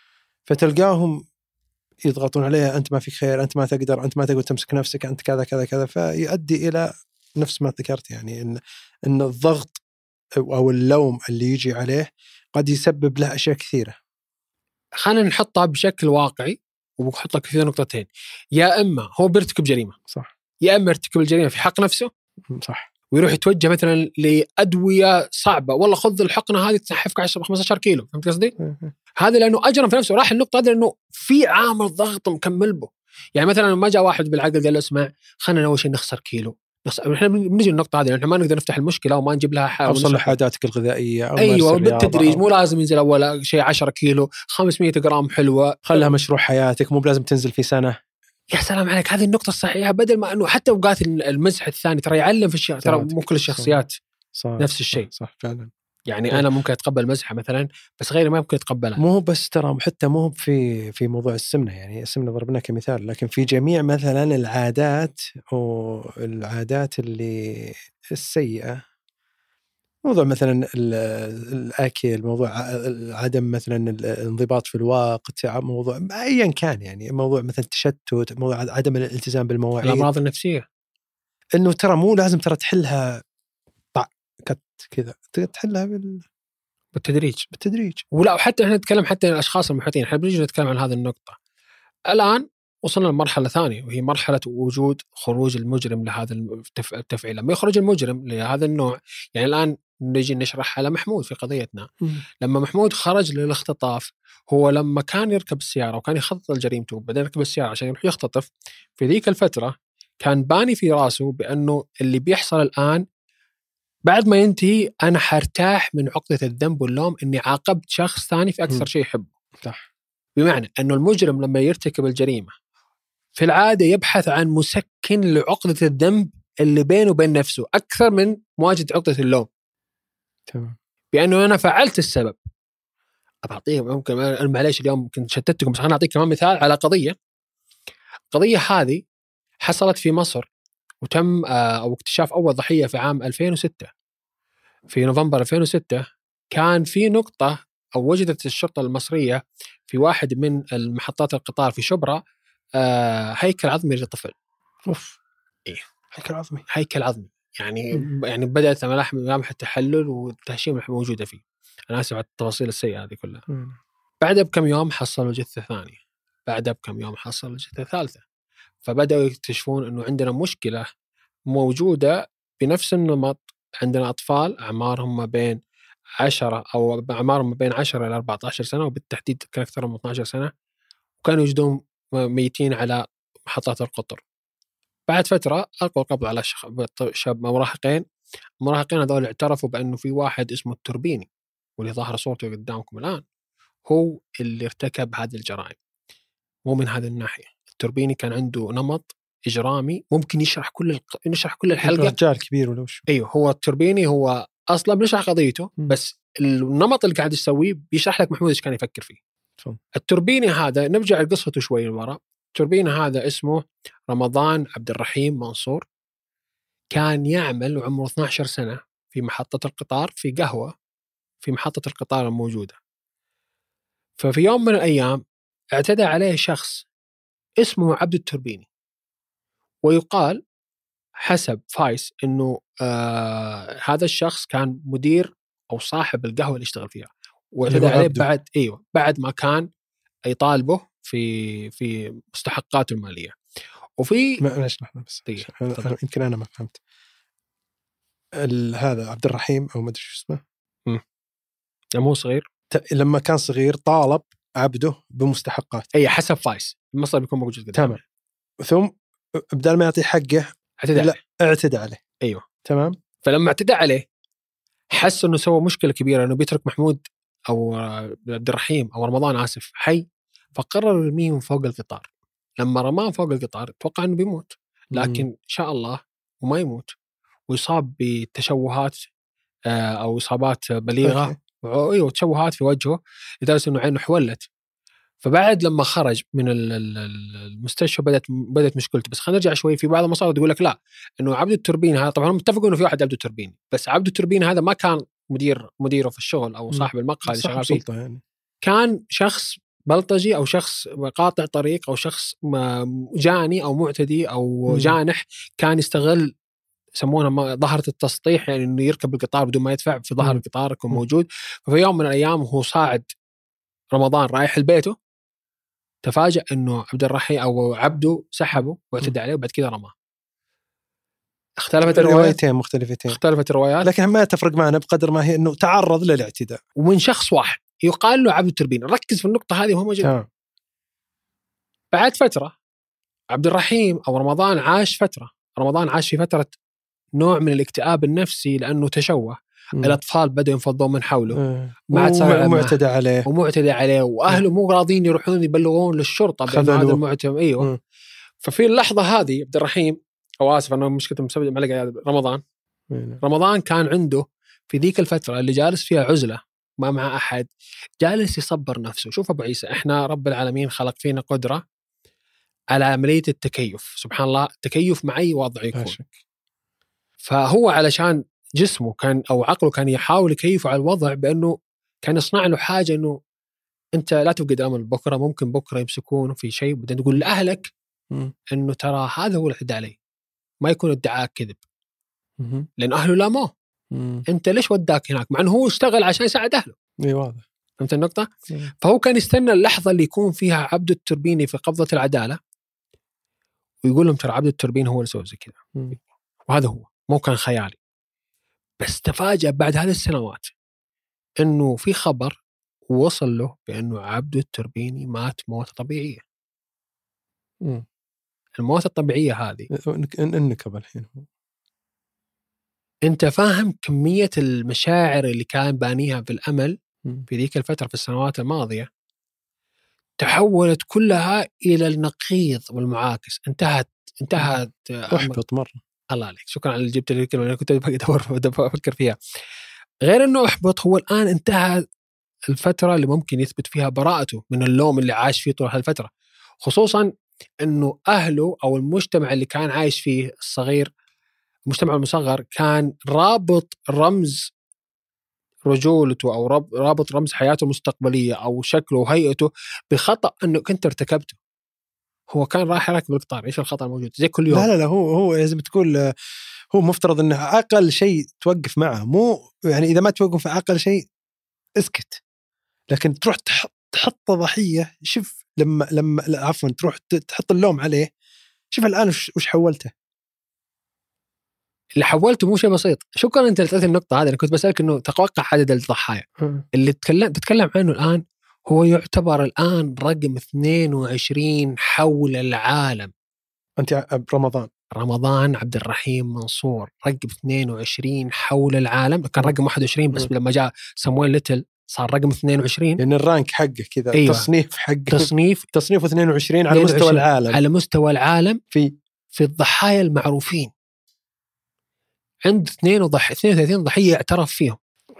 فتلقاهم يضغطون عليه، أنت ما فيك خير، أنت ما تقدر، أنت ما تقدر تمسك نفسك، أنت كذا كذا كذا. فيؤدي إلى نفس ما ذكرت، يعني إن إن الضغط أو اللوم اللي يجي عليه قد يسبب له أشياء كثيرة. خلينا نحطها بشكل واقعي وبحط لك كثير نقطتين. يا إما هو بيرتكب جريمة، صح، يا إما يرتكب الجريمة في حق نفسه، صح، ويروح يتوجه مثلا لأدوية صعبة، والله خذ الحقنة هذه تنحفك عشرة خمسة عشر كيلو. فهمت قصدي؟ هذا لأنه أجرم في نفسه. راح النقطة هذه لأنه في عامل ضغط مكمل به. يعني مثلا ما جاء واحد بالعقل قال له اسمع خلينا أول شيء نخسر كيلو، نخسر. إحنا بنجي النقطة هذه لأن ما نقدر نفتح المشكلة وما نجيب لها حل. أوصل لحاجاتك الغذائية أو أيوة بالتدريج، مو لازم ينزل أول شيء عشرة كيلو، خمسمية جرام حلوة، خلها مشروع حياتك، مو بلازم تنزل في سنة. يا سلام عليك، هذه النقطة الصحيحة. بدل ما أنه حتى أوقات المزح الثاني ترى يعلم في الشيء، ترى مو كل الشخصيات صح. نفس الشيء. صح, صح فعلا. يعني صح. أنا ممكن أتقبل مزحة مثلا، بس غيري ما ممكن يتقبلها. مو بس ترى حتى مو في في موضوع السمنة، يعني السمنة ضربناه كمثال، لكن في جميع مثلا العادات والعادات اللي السيئة، موضوع مثلا الأكل، موضوع عدم مثلا الانضباط في الوقت، موضوع أيا كان، يعني موضوع مثلا التشتت، موضوع عدم الالتزام بالمواعيد، الأمراض النفسية، إنه ترى مو لازم ترى تحلها طع كت كذا، تحلها بال... بالتدريج بالتدريج. ولا حتى احنا نتكلم حتى الأشخاص المحيطين. احنا بنيجي نتكلم عن هذه النقطة. الآن وصلنا لمرحلة ثانية، وهي مرحلة وجود خروج المجرم لهذا التفعيل. لما يخرج المجرم لهذا النوع، يعني الآن نجي نشرح على محمود في قضيتنا. م. لما محمود خرج للاختطاف، هو لما كان يركب السيارة وكان يخطط لجريمته وبعدين يركب السيارة عشان يروح يختطف، في ذيك الفترة كان باني في راسه بأنه اللي بيحصل الآن بعد ما ينتهي أنا حرتاح من عقدة الذنب واللوم إني عاقبت شخص ثاني في أكثر م. شيء يحبه. صح. بمعنى أنه المجرم لما يرتكب الجريمة في العادة يبحث عن مسكن لعقدة الذنب اللي بينه وبين نفسه أكثر من مواجهة عقدة اللوم. تمام. بأنه أنا فعلت السبب. أعطيه ممكن أنا معليش اليوم ممكن شتتكم، بس أنا أعطيك كمان مثال على قضية. قضية هذه حصلت في مصر، وتم أو اكتشاف أول ضحية في عام ألفين وستة. في نوفمبر ألفين وستة كان في نقطة أو وجدت الشرطة المصرية في واحد من المحطات القطار في شبرا آه هيكل عظمي لطفل. أوف. إيه هيكل عظمي. هيكل عظمي يعني م- يعني بدأت ملامح ملامح التحلل والتهشيم موجودة فيه. أنا آسف على التفاصيل السيئة هذه كلها. م. بعدها بكم يوم حصلوا جثة ثانية، بعدها بكم يوم حصلوا جثة ثالثة. فبدأوا يكتشفون إنه عندنا مشكلة موجودة بنفس النمط. عندنا أطفال أعمارهم ما بين عشرة أو أعمارهم ما بين عشرة إلى أربعة عشر سنة، وبالتحديد كان أكثر من اثنا عشر سنة، وكانوا يجدون ميتين على محطات القطر. بعد فترة ألقوا القبض على شاب مراهقين. المراهقين هذول اعترفوا بأنه في واحد اسمه التوربيني واللي ظاهر صورته قدامكم الآن هو اللي ارتكب هذه الجرائم. مو من هذه الناحية. التوربيني كان عنده نمط إجرامي ممكن يشرح كل الق... يشرح كل الحلقة. رجال كبير ولا وش؟ أيوه، هو التوربيني هو أصلا بيشرح قضيته، م. بس النمط اللي قاعد يسويه بيشرح لك محمود إيش كان يفكر فيه. فهم. التوربيني هذا نرجع لقصته شوي لورا. التوربيني هذا اسمه رمضان عبد الرحيم منصور، كان يعمل وعمره اثنتي عشرة سنة في محطة القطار في قهوة في محطة القطار الموجودة. ففي يوم من الأيام اعتدى عليه شخص اسمه عبد التوربيني، ويقال حسب فايس إنه آه هذا الشخص كان مدير أو صاحب القهوة اللي اشتغل فيها، واعتدى عليه بعد أيوة بعد ما كان يطالبه في في مستحقاته المالية. وفي ما ليش نحن بس أنا يمكن أنا ما فهمت هذا عبد الرحيم أو ما أدري شو اسمه. امم مو صغير لما كان صغير طالب عبده بمستحقات. أي حسب فايس المصدر بيكون موجود تمام. ثم بدل ما يعطي حقه اعتدى لا اعتدى عليه. أيوة تمام. فلما اعتدى عليه حس إنه سوى مشكلة كبيرة، إنه بيترك محمود أو عبد الرحيم أو رمضان آسف حي، فقرر يرميه من فوق القطار. لما رماه فوق القطار توقع إنه بيموت، لكن إن شاء الله وما يموت ويصاب بتشوهات أو إصابات بليغة وتشوهات في وجهه لدرجة إنه عينه حولت. فبعد لما خرج من المستشفى بدأت بدأت مشكلته. بس خلينا نرجع شوي، في بعض المصادر يقول لك لا إنه عبد التوربيني هذا، طبعا هم متفقوا إنه في واحد عبد التوربيني، بس عبد التوربيني هذا ما كان مدير مديره في الشغل أو صاحب المقهى اللي شغال فيه، يعني. كان شخص بلطجي أو شخص قاطع طريق أو شخص جاني أو معتدي أو جانح، كان يستغل يسمونها ظهرة التسطيح، يعني إنه يركب القطار بدون ما يدفع في ظهر القطار يكون موجود. ففي يوم من الأيام هو صاعد رمضان رايح البيته، تفاجأ إنه عبد الرحيم أو عبده سحبه واعتدى عليه وبعد كذا رماه. اختلفت الروايتين مختلفتين اختلفت الروايات، لكن ما تفرق معنا بقدر ما هي إنه تعرض للاعتداء ومن شخص واحد يقال له عبد التوربيني. ركز في النقطة هذه وهو موجود. بعد فترة عبد الرحيم أو رمضان عاش فترة رمضان عاش في فترة نوع من الاكتئاب النفسي لأنه تشوه. م. الأطفال بدأوا ينفضون من حوله، م. ما عاد صار معتدى عليه ومعتدى عليه وأهله مو راضين يروحون يبلغون للشرطة بأن هذا المعتدى. أيوة. م. ففي اللحظة هذه عبد الرحيم أو آسف أنا مشكلة مسبب معلقة رمضان م. رمضان كان عنده في ذيك الفترة اللي جالس فيها عزلة ما مع أحد، جالس يصبر نفسه. شوف أبو عيسى، إحنا رب العالمين خلق فينا قدرة على عملية التكيف، سبحان الله، التكيف مع أي وضع يكون. فهو علشان جسمه كان أو عقله كان يحاول يكيفه على الوضع بأنه كان يصنع له حاجة إنه أنت لا تفقد أمل، بكرة ممكن بكرة يمسكونه في شيء، بدنا نقول لأهلك إنه ترى هذا هو الاعتداء عليه، ما يكون ادعاء كذب، لأن أهله لاموه. أنت ليش وداك هناك؟ مع أنه هو اشتغل عشان يساعد أهله. إيه واضح. فهمت النقطة؟ مم. فهو كان يستنى اللحظة اللي يكون فيها عبد التوربيني في قبضة العدالة ويقول لهم ترى عبد التوربيني هو اللي سوى زي كذا، وهذا هو مو كان خيالي. بس تفاجأ بعد هذه السنوات إنه في خبر وصل له بأنه عبد التوربيني مات موتة طبيعية. مم. الموتة الطبيعية هذه إنك الحين أنت فاهم كمية المشاعر اللي كان بانيها في الأمل في ذيك الفترة في السنوات الماضية تحولت كلها إلى النقيض والمعاكس. انتهت انتهت أحبط مرة. الله عليك، شكرا على اللي جبت لي الكلمة، أنا كنت أدور أفكر فيها. غير إنه أحبط، هو الآن انتهى الفترة اللي ممكن يثبت فيها براءته من اللوم اللي عاش فيه طول هالفترة، خصوصا إنه أهله أو المجتمع اللي كان عايش فيه الصغير، المجتمع المصغر، كان رابط رمز رجولته أو رابط رمز حياته المستقبلية أو شكله وهيئته بخطأ أنه كنت ارتكبته. هو كان رايح راكب القطار، إيش الخطأ الموجود زي كل يوم؟ لا لا لا هو هو لازم تقول هو مفترض أنه أقل شيء توقف معه، مو يعني إذا ما توقف أقل شيء اسكت، لكن تروح تحط تحط ضحية. شوف لما لما عفوا تروح تحط اللوم عليه. شوف الآن وش حولته. اللي حولته مو شيء بسيط. شكرا انت لقيت النقطه هذه. انا كنت بسالك انه توقع عدد الضحايا اللي تتكلم تتكلم عنه الان. هو يعتبر الان رقم اثنين وعشرين حول العالم. انت رمضان رمضان عبد الرحيم منصور رقم اثنين وعشرين حول العالم، كان رقم واحد وعشرين بس لما جاء سامويل ليتل صار رقم اثنين وعشرين. يعني الرانك حقه كذا. أيوة. تصنيف حق تصنيف تصنيف اثنين وعشرين على مستوى العالم، على مستوى العالم في في الضحايا المعروفين. عند اثنين وثلاثين ضحية اعترف فيهم،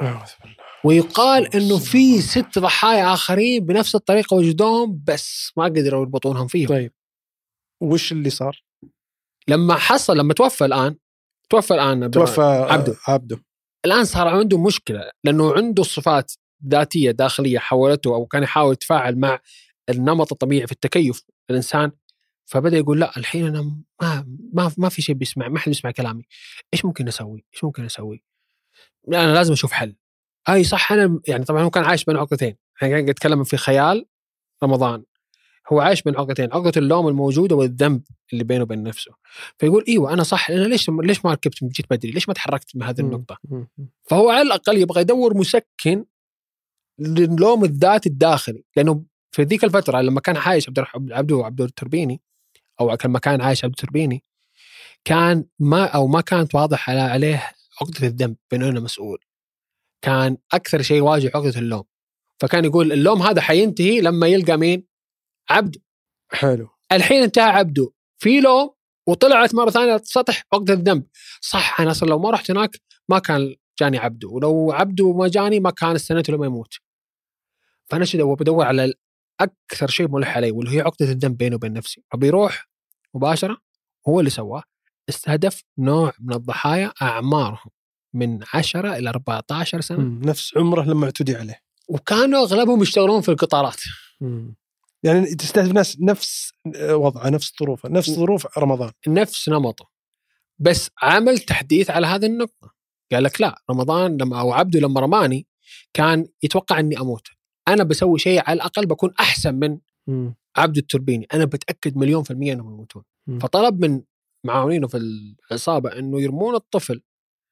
ويقال انه في ست ضحايا اخرين بنفس الطريقة وجدوهم بس ما قدروا يربطونهم فيهم. طيب وش اللي صار لما حصل لما توفى الآن توفى الآن توفى عبده عبده الآن صار عنده مشكلة لأنه عنده صفات ذاتية داخلية حولته أو كان يحاول يتفاعل مع النمط الطبيعي في التكيف الإنسان، فبدأ يقول لا الحين أنا ما ما ما في شيء بيسمع، ما حد بيسمع كلامي، إيش ممكن أسوي إيش ممكن أسوي أنا لازم أشوف حل. أي صح أنا يعني طبعا هو كان عايش بين عقدتين، يعني كان يتكلم في خيال رمضان، هو عايش بين عقدتين، عقدة اللوم الموجودة والذنب اللي بينه وبين نفسه. فيقول إيوه أنا صح، أنا ليش ليش ما ركبت جيت بدري، ليش ما تحركت من هذه النقطة. فهو على الأقل يبغى يدور مسكن للوم الذات الداخلي، لأنه في ذيك الفترة لما كان عايش عبد عبده عبد التربيني أو لما كان عايش عبد التربيني كان ما أو ما كانت واضح على عليه عقدة الذنب بأنه أنا مسؤول، كان أكثر شيء واجه عقدة اللوم. فكان يقول اللوم هذا حينتهي لما يلقى مين؟ عبده. حلو. الحين انتهى عبده في لوم وطلعت مرة ثانية سطح عقدة الذنب. صح أنا أصلا لو ما رحت هناك ما كان جاني عبده، ولو عبده ما جاني ما كان استنيته لما يموت. فأنا شو هو بدور على أكثر شيء ملح عليه واللي هي عقدة الذنب بينه وبين نفسي، فبيروح مباشرة هو اللي سواه. استهدف نوع من الضحايا أعمارهم من عشرة إلى أربعة عشر سنة، نفس عمره لما اعتدي عليه، وكانوا أغلبهم يشتغلون في القطارات. مم. يعني تستهدف ناس نفس وضعه نفس ظروفه نفس ظروف رمضان نفس نمطه، بس عمل تحديث على هذه النقطة. قال لك لا رمضان لما أو عبده لما رماني كان يتوقع أني أموت، أنا بسوي شيء على الأقل بكون أحسن من م. عبد التربيني، أنا بتأكد مليون في المية أنهم يموتون. م. فطلب من معاونينه في العصابة أنه يرمون الطفل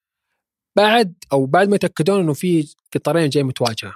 بعد أو بعد ما يتأكدون أنه في قطارين جاي متواجهة.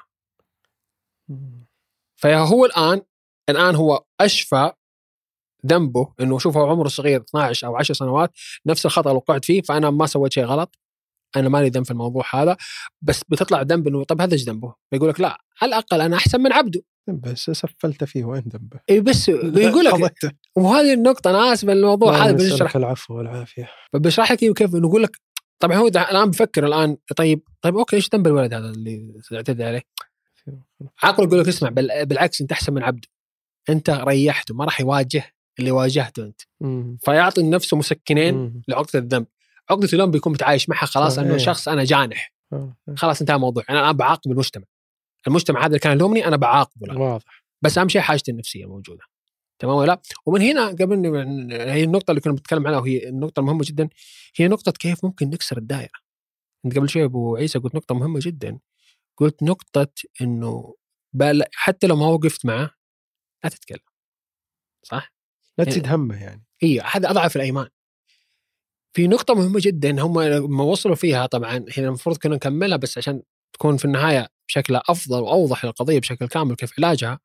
فهو الآن الآن هو أشفى ذنبه انه شوفه عمره صغير اثناشر او عشر سنوات نفس الخطأ اللي وقعت فيه، فانا ما سويت شيء غلط، انا مالي ذنب في الموضوع هذا. بس بتطلع ذنب انه طب هذا ايش ذنبه؟ بيقول لك لا على الاقل انا احسن من عبده، بس سفلت فيه وين ذنبه؟ اي بس بيقول لك وهذه النقطه انا اسف الموضوع هذا بنشرح العفو والعافيه، فبشرح لك كيف نقول لك. طبعا هو الان بفكر الان طيب طيب اوكي ايش ذنب الولد هذا اللي اعتدى عليه؟ عقله يقول لك اسمع بالعكس انت احسن من عبده، انت ريحته ما راح يواجه اللي واجهته انت. مم. فيعطي نفسه مسكنين مم. لعقدة الذنب. عقدة اللوم بيكون متعايش معها خلاص انه شخص انا جانح خلاص انتهى الموضوع، انا الان بعاقب المجتمع، المجتمع هذا اللي كان يلومني انا بعاقبه واضح، بس اهم شيء حاجتي النفسيه موجوده تمام ولا. ومن هنا قبل هي النقطه اللي كنا بنتكلم عنها وهي النقطه المهمه جدا، هي نقطه كيف ممكن نكسر الدائره. انت قبل شوي ابو عيسى قلت نقطه مهمه جدا، قلت نقطه انه حتى لو ما وقفت معه لا تتكلم، صح؟ لا تزيد همه يعني. إيه هذا أضعف الأيمان. في نقطة مهمة جدا هم ما وصلوا فيها، طبعا هنا المفروض كنا نكملها بس عشان تكون في النهاية بشكل أفضل وأوضح للقضية بشكل كامل كيف علاجها.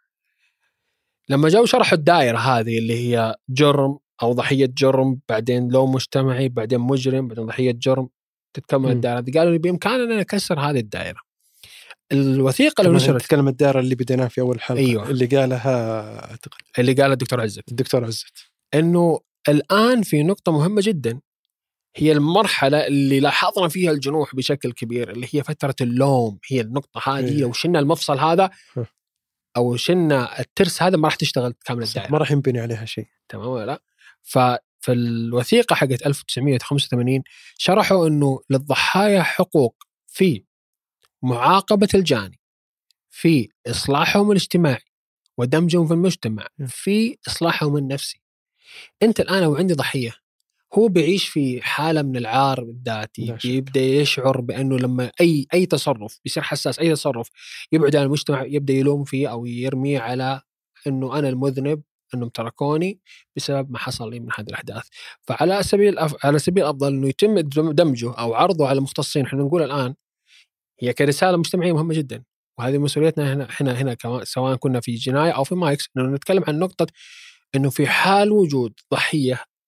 لما جاءوا شرحوا الدائرة هذه اللي هي جرم أو ضحية جرم، بعدين لوم مجتمعي، بعدين مجرم، بعدين ضحية جرم، تتكمل الدائرة دي. قالوا لي بإمكاننا نكسر هذه الدائرة. الوثيقة اللي نشرت تتكلم الدائرة اللي بديناها في أول حلقة. أيوة. اللي قالها أعتقد اللي قالها الدكتور عزت الدكتور عزت إنه الآن في نقطة مهمة جدا، هي المرحلة اللي لاحظنا فيها الجنوح بشكل كبير اللي هي فترة اللوم. هي النقطة هذه لو شلنا المفصل هذا أو شلنا الترس هذا ما راح تشتغل كامل الدائرة، ما راح ينبني عليها شيء تمام ولا لا. ففي الوثيقة حقت ألف وتسعمائة وخمسة وثمانين شرحوا إنه للضحايا حقوق في معاقبة الجاني، في إصلاحهم الاجتماعي ودمجهم في المجتمع، في إصلاحهم النفسي. أنت الآن لو عندي ضحية هو بيعيش في حالة من العار الذاتي، يبدأ يشعر بأنه لما أي أي تصرف بيصير حساس، أي تصرف يبعد عن المجتمع يبدأ يلوم فيه أو يرميه على أنه أنا المذنب، أنهم تركوني بسبب ما حصل لي من هذه الأحداث. فعلى سبيل أف... على سبيل الأفضل أنه يتم دمجه أو عرضه على مختصين. إحنا نقول الآن هي كرسالة مجتمعية مهمة جدا، وهذه مسؤوليتنا هنا هنا هنا كمان، سواء كنا في جناية أو في مايكس، إنه نتكلم عن نقطة إنه في حال وجود ضحية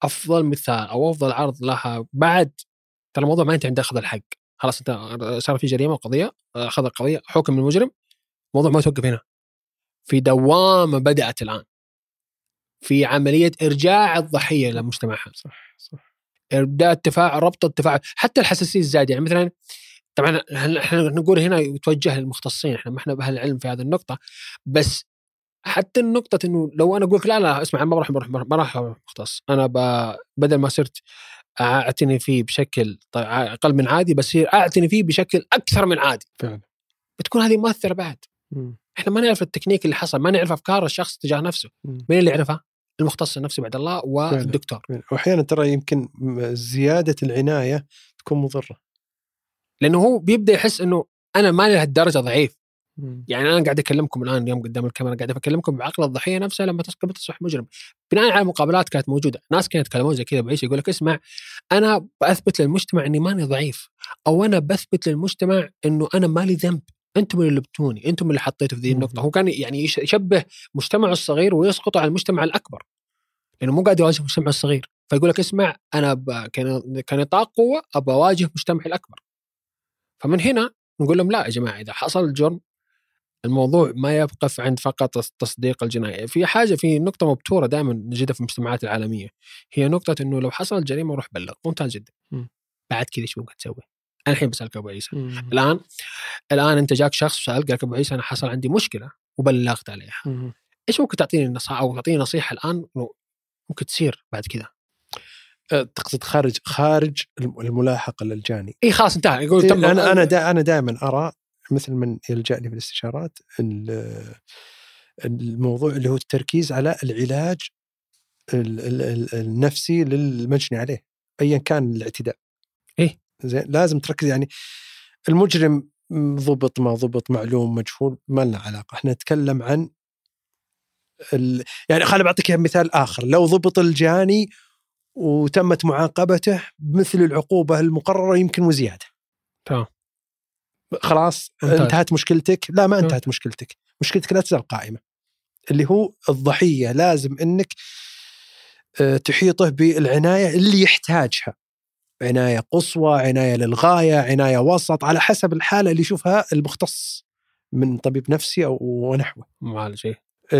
افضل مثال او افضل عرض لها بعد. ترى الموضوع ما ينتهي عند اخذ الحق، خلاص انت صار في جريمه وقضيه، اخذ القضيه، حكم المجرم، الموضوع ما يتوقف هنا. في دوامه بدات الان في عمليه ارجاع الضحيه لمجتمعها. صح صح. ابداء التفاعل، ربط التفاعل، حتى الحساسيه الزايده. يعني مثلا طبعا احنا نقول هنا يتوجه للمختصين، احنا ما احنا باهل العلم في هذه النقطه، بس حتى النقطه انه لو انا اقول لا لا اسمع، ما بروح ما راح مختص، انا بدل ما صرت اعتني فيه بشكل اقل من عادي، بصير اعتني فيه بشكل اكثر من عادي فعلا. بتكون هذه مؤثره بعد. م. احنا ما نعرف التكنيك اللي حصل، ما نعرف افكار الشخص تجاه نفسه. م. مين اللي يعرفها؟ المختص النفسي بعد الله والدكتور. واحيانا ترى يمكن زياده العنايه تكون مضره، لانه هو بيبدا يحس انه انا ما لهالدرجه ضعيف. م. يعني انا قاعد اكلمكم الان اليوم قدام الكاميرا، قاعد اكلمكم بعقل الضحيه نفسها لما تسقط تصبح مجرم. بناء على مقابلات كانت موجوده، ناس كانوا يتكلمون زي كذا بعيش، يقول لك اسمع انا بثبت للمجتمع اني ماني ضعيف، او انا بثبت للمجتمع انه انا مالي ذنب، انتم اللي لبتوني، انتم اللي حطيتوا في ذي النقطه. هو كان يعني يشبه مجتمعه الصغير ويسقط على المجتمع الاكبر، لانه مو قاعد يواجه المجتمع الصغير. فيقول لك اسمع انا ب... كان كنطاق قوه ابى اواجه مجتمعي الاكبر. فمن هنا نقول لهم لا يا جماعه، اذا حصل الجرم الموضوع ما يبقى عند فقط التصديق الجنائي. في حاجه، في نقطه مبتوره دائما نجدها في المجتمعات العالميه، هي نقطه انه لو حصل جريمه روح بلغ. ممتاز جدا. م. بعد كذا ايش ممكن تسوي؟ انا الحين بسالك ابو عيسى، م. الان الان انت جاك شخص سالك قال لك ابو عيسى انا حصل عندي مشكله وبلغت عليها، م. ايش ممكن تعطيني نصيحه او تعطيني نصيحه الان ممكن تصير بعد كذا؟ تقصد خارج خارج الملاحقه للجاني؟ اي خلاص انتهى. يقول إيه انا انا دا انا دائما ارى مثل من يلجأني في الاستشارات الموضوع اللي هو التركيز على العلاج النفسي للمجني عليه ايا كان الاعتداء. ايه زين، لازم تركز. يعني المجرم ضبط ما ضبط، معلوم مجهول، ما لنا علاقه. احنا نتكلم عن ال... يعني خليني بعطيك مثال اخر. لو ضبط الجاني وتمت معاقبته مثل العقوبه المقرره يمكن وزياده، تمام، خلاص انتهت. انتهت مشكلتك؟ لا، ما انتهت مشكلتك. مشكلتك لا تزال قائمة، اللي هو الضحية لازم انك تحيطه بالعناية اللي يحتاجها، عناية قصوى، عناية للغاية، عناية وسط، على حسب الحالة اللي يشوفها المختص من طبيب نفسي أو ونحوه معالج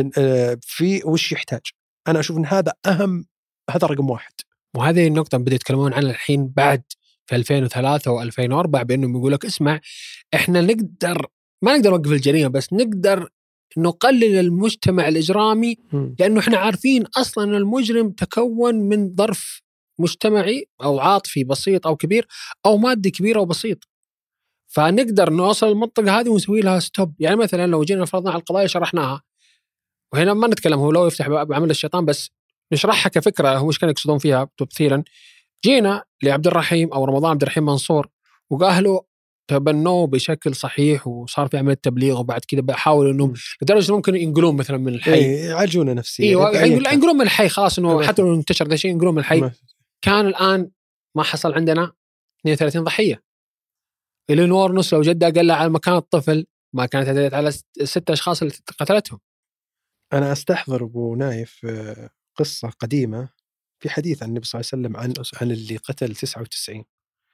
في وش يحتاج. أنا أشوف أن هذا أهم، هذا رقم واحد. وهذه النقطة بدأوا يتكلمون عنها الحين بعد في ألفين وثلاثة وألفين وأربعة، بأنهم يقول لك اسمع إحنا نقدر ما نقدر نوقف الجريمة، بس نقدر نقلل المجتمع الإجرامي، لأنه إحنا عارفين أصلاً أن المجرم تكون من ظرف مجتمعي أو عاطفي بسيط أو كبير أو مادي كبير أو بسيط، فنقدر نوصل المنطقة هذه ونسوي لها ستوب. يعني مثلاً لو جينا فرضنا على القضايا شرحناها، وهنا ما نتكلم هو لو يفتح باب عمل الشيطان، بس نشرحها كفكرة هو إيش كانوا يقصدون فيها تمثيلاً. جينا لعبد الرحيم أو رمضان عبد الرحيم منصور وقاهله تبنوه بشكل صحيح وصار في عملية تبليغ، وبعد كده بحاولوا إنهم لدرجة ممكن ينقلون مثلا من الحي، إيه يعالجونه نفسيا، إيه ينقلون من الحي خلاص، إنه حتى لو انتشر ذا شيء ينقلون من الحي. كان الآن ما حصل عندنا اثنين وثلاثين ضحية. إلينور نص لو جدة قال على مكان الطفل ما كانت عددت على ست أشخاص اللي قتلتهم. أنا أستحضر أبو نايف قصة قديمة في حديث عن النبي صلى الله عليه وسلم عن عن اللي قتل تسعة وتسعين.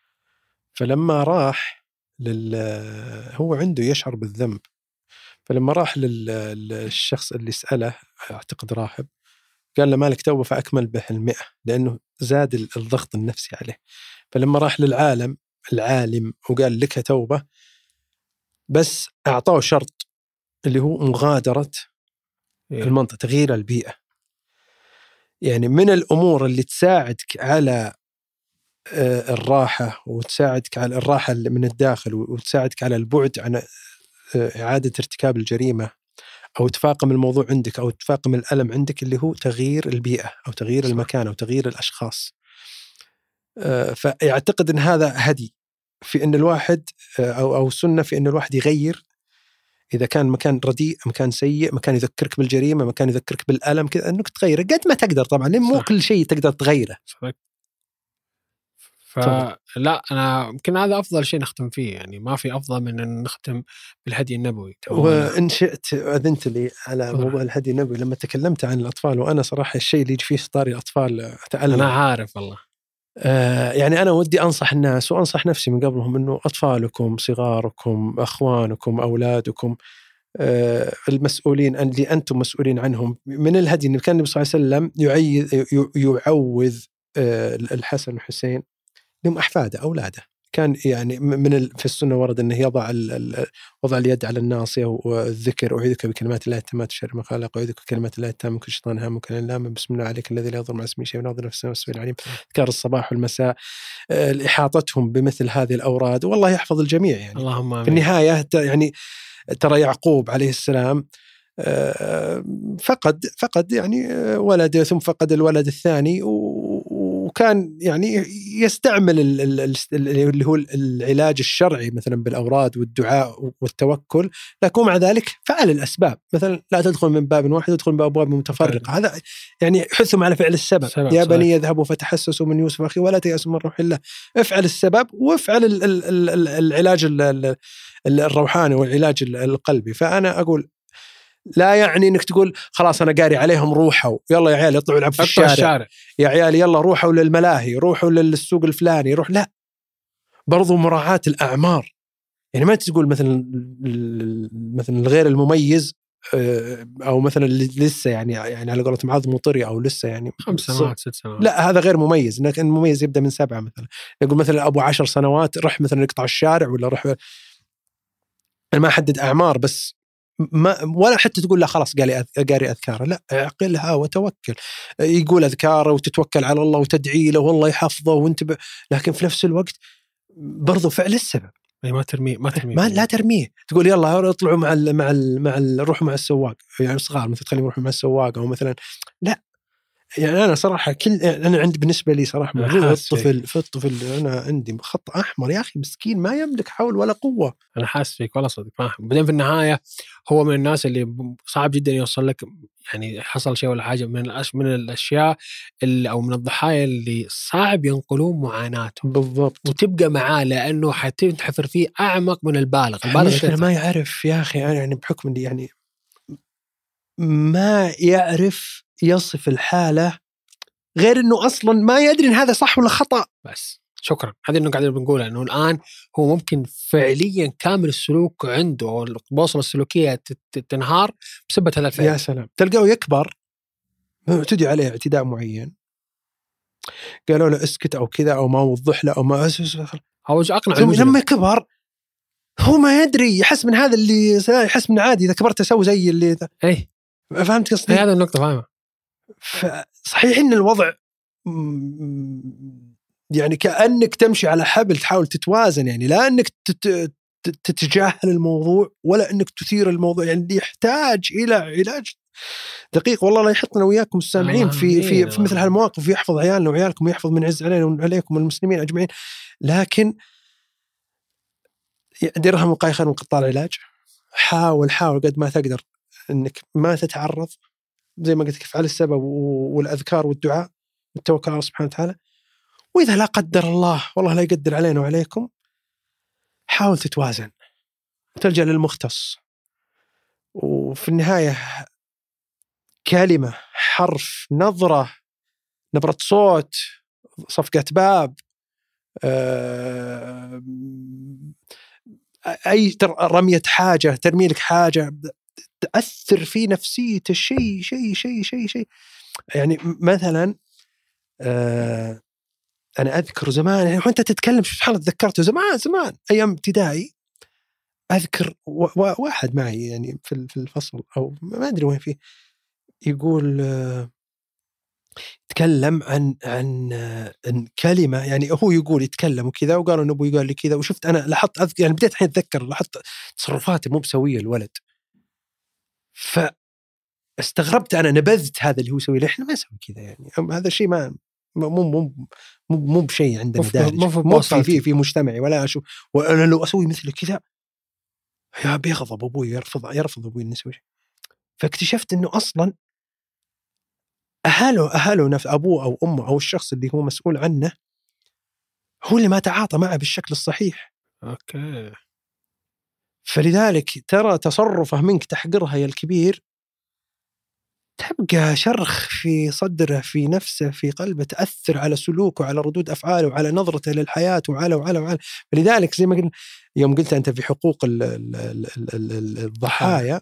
فلما راح لل هو عنده يشعر بالذنب، فلما راح للشخص اللي سأله أعتقد راهب، قال له مالك توبة، فأكمل به المئة، لأنه زاد الضغط النفسي عليه. فلما راح للعالم العالم وقال لك توبة، بس أعطاه شرط اللي هو مغادرة المنطقة، تغيير البيئة. يعني من الأمور اللي تساعدك على الراحة وتساعدك على الراحة من الداخل وتساعدك على البعد عن إعادة ارتكاب الجريمة أو تفاقم الموضوع عندك أو تفاقم الألم عندك، اللي هو تغيير البيئة أو تغيير صح. المكان أو تغيير الأشخاص. فيعتقد أن هذا هدي في أن الواحد أو أو سنة في أن الواحد يغير. إذا كان مكان رديء، مكان سيء، مكان يذكرك بالجريمة، مكان يذكرك بالألم، كذا أنك تغيره قد ما تقدر. طبعا مو كل شيء تقدر تغيره. صحيح. فلا أنا يمكن هذا أفضل شيء نختم فيه، يعني ما في أفضل من أن نختم بالهدي النبوي. وإن شئت أذنت لي على موضوع الهدي النبوي لما تكلمت عن الأطفال، وأنا صراحة الشيء اللي يجي فيه ستاري الأطفال أتألم. أنا عارف والله. آه يعني أنا ودي أنصح الناس وأنصح نفسي من قبلهم إنه أطفالكم صغاركم أخوانكم أولادكم آه المسؤولين اللي أنتم مسؤولين عنهم من الهدي. إن كان النبي صلى الله عليه وسلم يعوذ آه الحسن والحسين لهم أحفاده أولاده، كان يعني من في السنة ورد أنه يضع وضع اليد على الناصية والذكر أعيذك بكلمات الله التامات شر ما خلق أعيذك بكلمات الله التامات من كل شيطان هام وكل لام بسم الله عليك الذي لا يضر مع اسمه شيء وناظر نفسه والسميع العليم. أذكار الصباح والمساء إحاطتهم بمثل هذه الأوراد والله يحفظ الجميع يعني. اللهم آمين. في النهاية يعني ترى يعقوب عليه السلام فقد فقد يعني ولد ثم فقد الولد الثاني وكان يعني يستعمل اللي هو العلاج الشرعي مثلا بالأوراد والدعاء والتوكل، لكن مع ذلك فعل الأسباب، مثلا لا تدخل من باب واحد تدخل من أبواب متفرقة. هذا يعني حثم على فعل السبب. يا بني يذهبوا فتحسسوا من يوسف أخي ولا تيأسوا من روح الله. افعل السبب وافعل العلاج الروحاني والعلاج القلبي. فأنا أقول لا يعني انك تقول خلاص انا قاري عليهم روحوا يلا يا عيال يطلعوا يلعبوا في الشارع. الشارع يا عيال يلا روحوا للملاهي روحوا للسوق الفلاني روح. لا، برضو مراعاة الأعمار. يعني ما تقول مثلا مثلا الغير المميز او مثلا لسه يعني يعني على قولة معاذ مطري او لسه يعني خمس سنوات ست سنوات، لا هذا غير مميز. لكن المميز يبدأ من سبعة مثلا. يقول مثلا ابو عشر سنوات رح مثلا يقطع الشارع ولا رح. انا ما احدد اعمار بس ما ولا حتى تقول لا خلاص قال قاري أذكاره، لا اعقلها وتوكل. يقول أذكاره وتتوكل على الله وتدعي له والله يحفظه وانتبه، لكن في نفس الوقت برضو فعل السبب. ما ترميه ما ترميه ما لا ترميه. تقول يلا اطلعوا مع ال مع ال مع ال روحوا مع السواق يعني صغار مثل تخليهم يروحوا مع السواق او مثلا لا. يعني أنا صراحة كل أنا عندي بالنسبة لي صراحة موضوع الطفل في الطفل أنا عندي خط أحمر يا أخي مسكين ما يملك حول ولا قوة. أنا حاسس فيك والله صدق فاهم. بعدين في النهاية هو من الناس اللي صعب جدا يوصل لك يعني حصل شيء ولا حاجة من الأش من الأشياء اللي أو من الضحايا اللي صعب ينقلون معاناتهم بالضبط وتبقى معاه لأنه حتنحفر فيه أعمق من البالغ. البالغ ما يعرف يا أخي أنا يعني بحكم اللي يعني ما يعرف يصف الحالة غير أنه أصلا ما يدري إن هذا صح ولا خطأ. بس شكرا هذه إنه قاعدين بنقولها إنه الآن هو ممكن فعليا كامل السلوك عنده أو البوصلة السلوكية تنهار بسبب هذا الفعل. يا سلام تلقاه يكبر اعتدي عليه اعتداء معين قالوا له اسكت أو كذا أو ما وضح له أو ما أسس أو أقنع لما كبر هو ما يدري يحس من هذا اللي يحس من عادي إذا كبرت أسوي زي اللي ذا. إيه فهمت قصدي؟ هذا النقطة فاهمة. صحيح إن الوضع يعني كأنك تمشي على حبل تحاول تتوازن، يعني لا أنك تتجاهل الموضوع ولا أنك تثير الموضوع، يعني يحتاج إلى علاج دقيق. والله لا يحطنا وياكم السامعين في في في مثل هالمواقف ويحفظ عيالنا وعيالكم ويحفظ من عز علينا وعليكم المسلمين أجمعين. لكن درهم وقاية خير من قطاع العلاج. حاول حاول قد ما تقدر أنك ما تتعرض زي ما قلت كيف على السبب والأذكار والدعاء والتوكل على الله سبحانه وتعالى. وإذا لا قدر الله والله لا يقدر علينا وعليكم حاول تتوازن وتلجأ للمختص. وفي النهاية كلمة حرف نظرة نبرة صوت صفقة باب أي رمية حاجة ترمي لك حاجة تأثر في نفسية الشيء شيء شيء شيء شيء. يعني مثلا آه أنا أذكر زمان يعني وأنت تتكلم سبحان الله تذكرته زمان زمان أيام ابتدائي. أذكر واحد معي يعني في الفصل أو ما أدري وين فيه يقول آه يتكلم عن عن عن كلمة يعني هو يقول يتكلم وكذا وقالوا إن أبوي قال لي كذا وشفت أنا لاحظت أذكر يعني بديت الحين أتذكر لاحظت تصرفاته مو بسوية الولد. فاستغربت أنا نبذت هذا اللي هو يسوي لي إحنا ما نسوي كذا يعني هذا الشيء ما مو مو مو مو بشيء عندنا دارج مو في في في مجتمعي ولا أشوف. وأنا لو أسوي مثل كذا يا بيغضب أبوي يرفض يرفض أبوي إني أسوي. فاكتشفت إنه أصلاً أهله أهله نفس أبوه أو أمه أو الشخص اللي هو مسؤول عنه هو اللي ما تعاطى معه بالشكل الصحيح. اوكي. فلذلك ترى تصرفه منك تحقرها يا الكبير تبقى شرخ في صدره، في نفسه، في قلبه، تأثر على سلوكه، على ردود أفعاله، وعلى نظرته للحياة، وعلى وعلى وعلى. فلذلك زي ما قلنا يوم قلت أنت في حقوق ال ال ال ال الضحايا،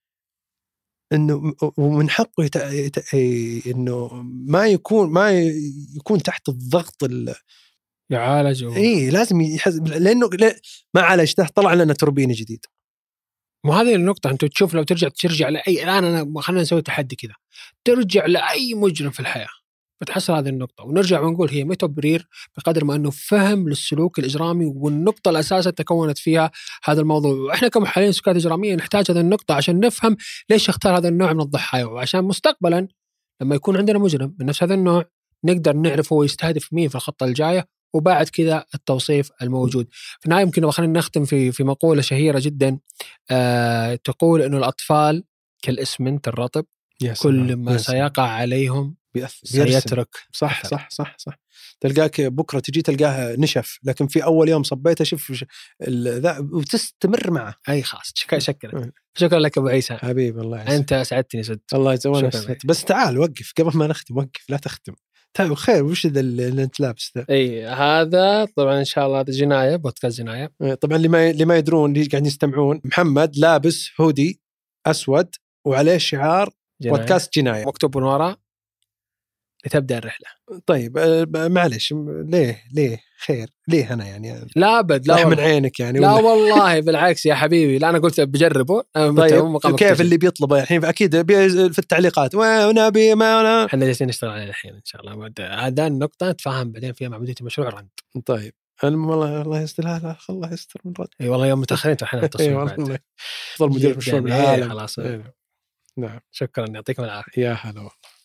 إنه ومن حقه يت... يت... إنه ما يكون ما يكون تحت الضغط ال... يعالج و... إيه لازم يحز... لأنه لا... ما عالجته طلع لنا توربين جديد. مو هذه النقطة. أنت تشوف لو ترجع ترجع لأي الآن أنا خلينا نسوي تحدي كذا، ترجع لأي مجرم في الحياة بتحصل هذه النقطة، ونرجع ونقول هي مو تبرير بقدر ما أنه فهم للسلوك الإجرامي، والنقطة الأساسية تكونت فيها هذا الموضوع. وإحنا كمحللين سلوكيات إجرامية نحتاج هذه النقطة عشان نفهم ليش اختار هذا النوع من الضحايا، وعشان مستقبلا لما يكون عندنا مجرم من نفس هذا النوع نقدر نعرف هو يستهدف مين في الخطة الجاية، وبعد كذا التوصيف الموجود. في النهاية يمكن خلينا نختم في في مقولة شهيرة جدا آه تقول إنه الأطفال كالإسمنت الرطب، كل ما سيقع عليهم سيترك. صح أثر. صح صح صح. تلقاك بكرة تجي تلقاه نشف، لكن في أول يوم صبيته شوف ذا وتستمر معه. أي خاص. شكرا شكرا شكرا لك أبو عيسى حبيبي. الله يسعدك. أنت سعدتني صدق. الله يسعدك. بس تعال وقف قبل ما نختم، وقف لا تختم. طيب خير، وش ذا اللي انت لابس ده؟ اي هذا طبعا ان شاء الله هذا جنايه، بودكاست جنايه. طبعا اللي ما اللي ما يدرون اللي قاعدين يستمعون، محمد لابس هودي اسود وعليه شعار جناية. بودكاست جنايه مكتوب من وراء لتبدا الرحله. طيب معلش ليه ليه خير ليه انا يعني لا بد لا من عينك يعني لا والله بالعكس يا حبيبي. لا انا قلت بجربه. طيب كيف اللي بيطلبه الحين اكيد في التعليقات ونبي ما انا احنا جالسين نشتغل عليه الحين ان شاء الله. هذا النقطه نتفاهم بعدين فيها مع مديريه المشروع رند. طيب والله الله يستر. لا الله يستر من رد. اي والله يوم متاخرين احنا نتصل بعد. افضل مدير مشروع بالعالم. خلاص. نعم شكرا يعطيكم العافيه. يا هلا والله.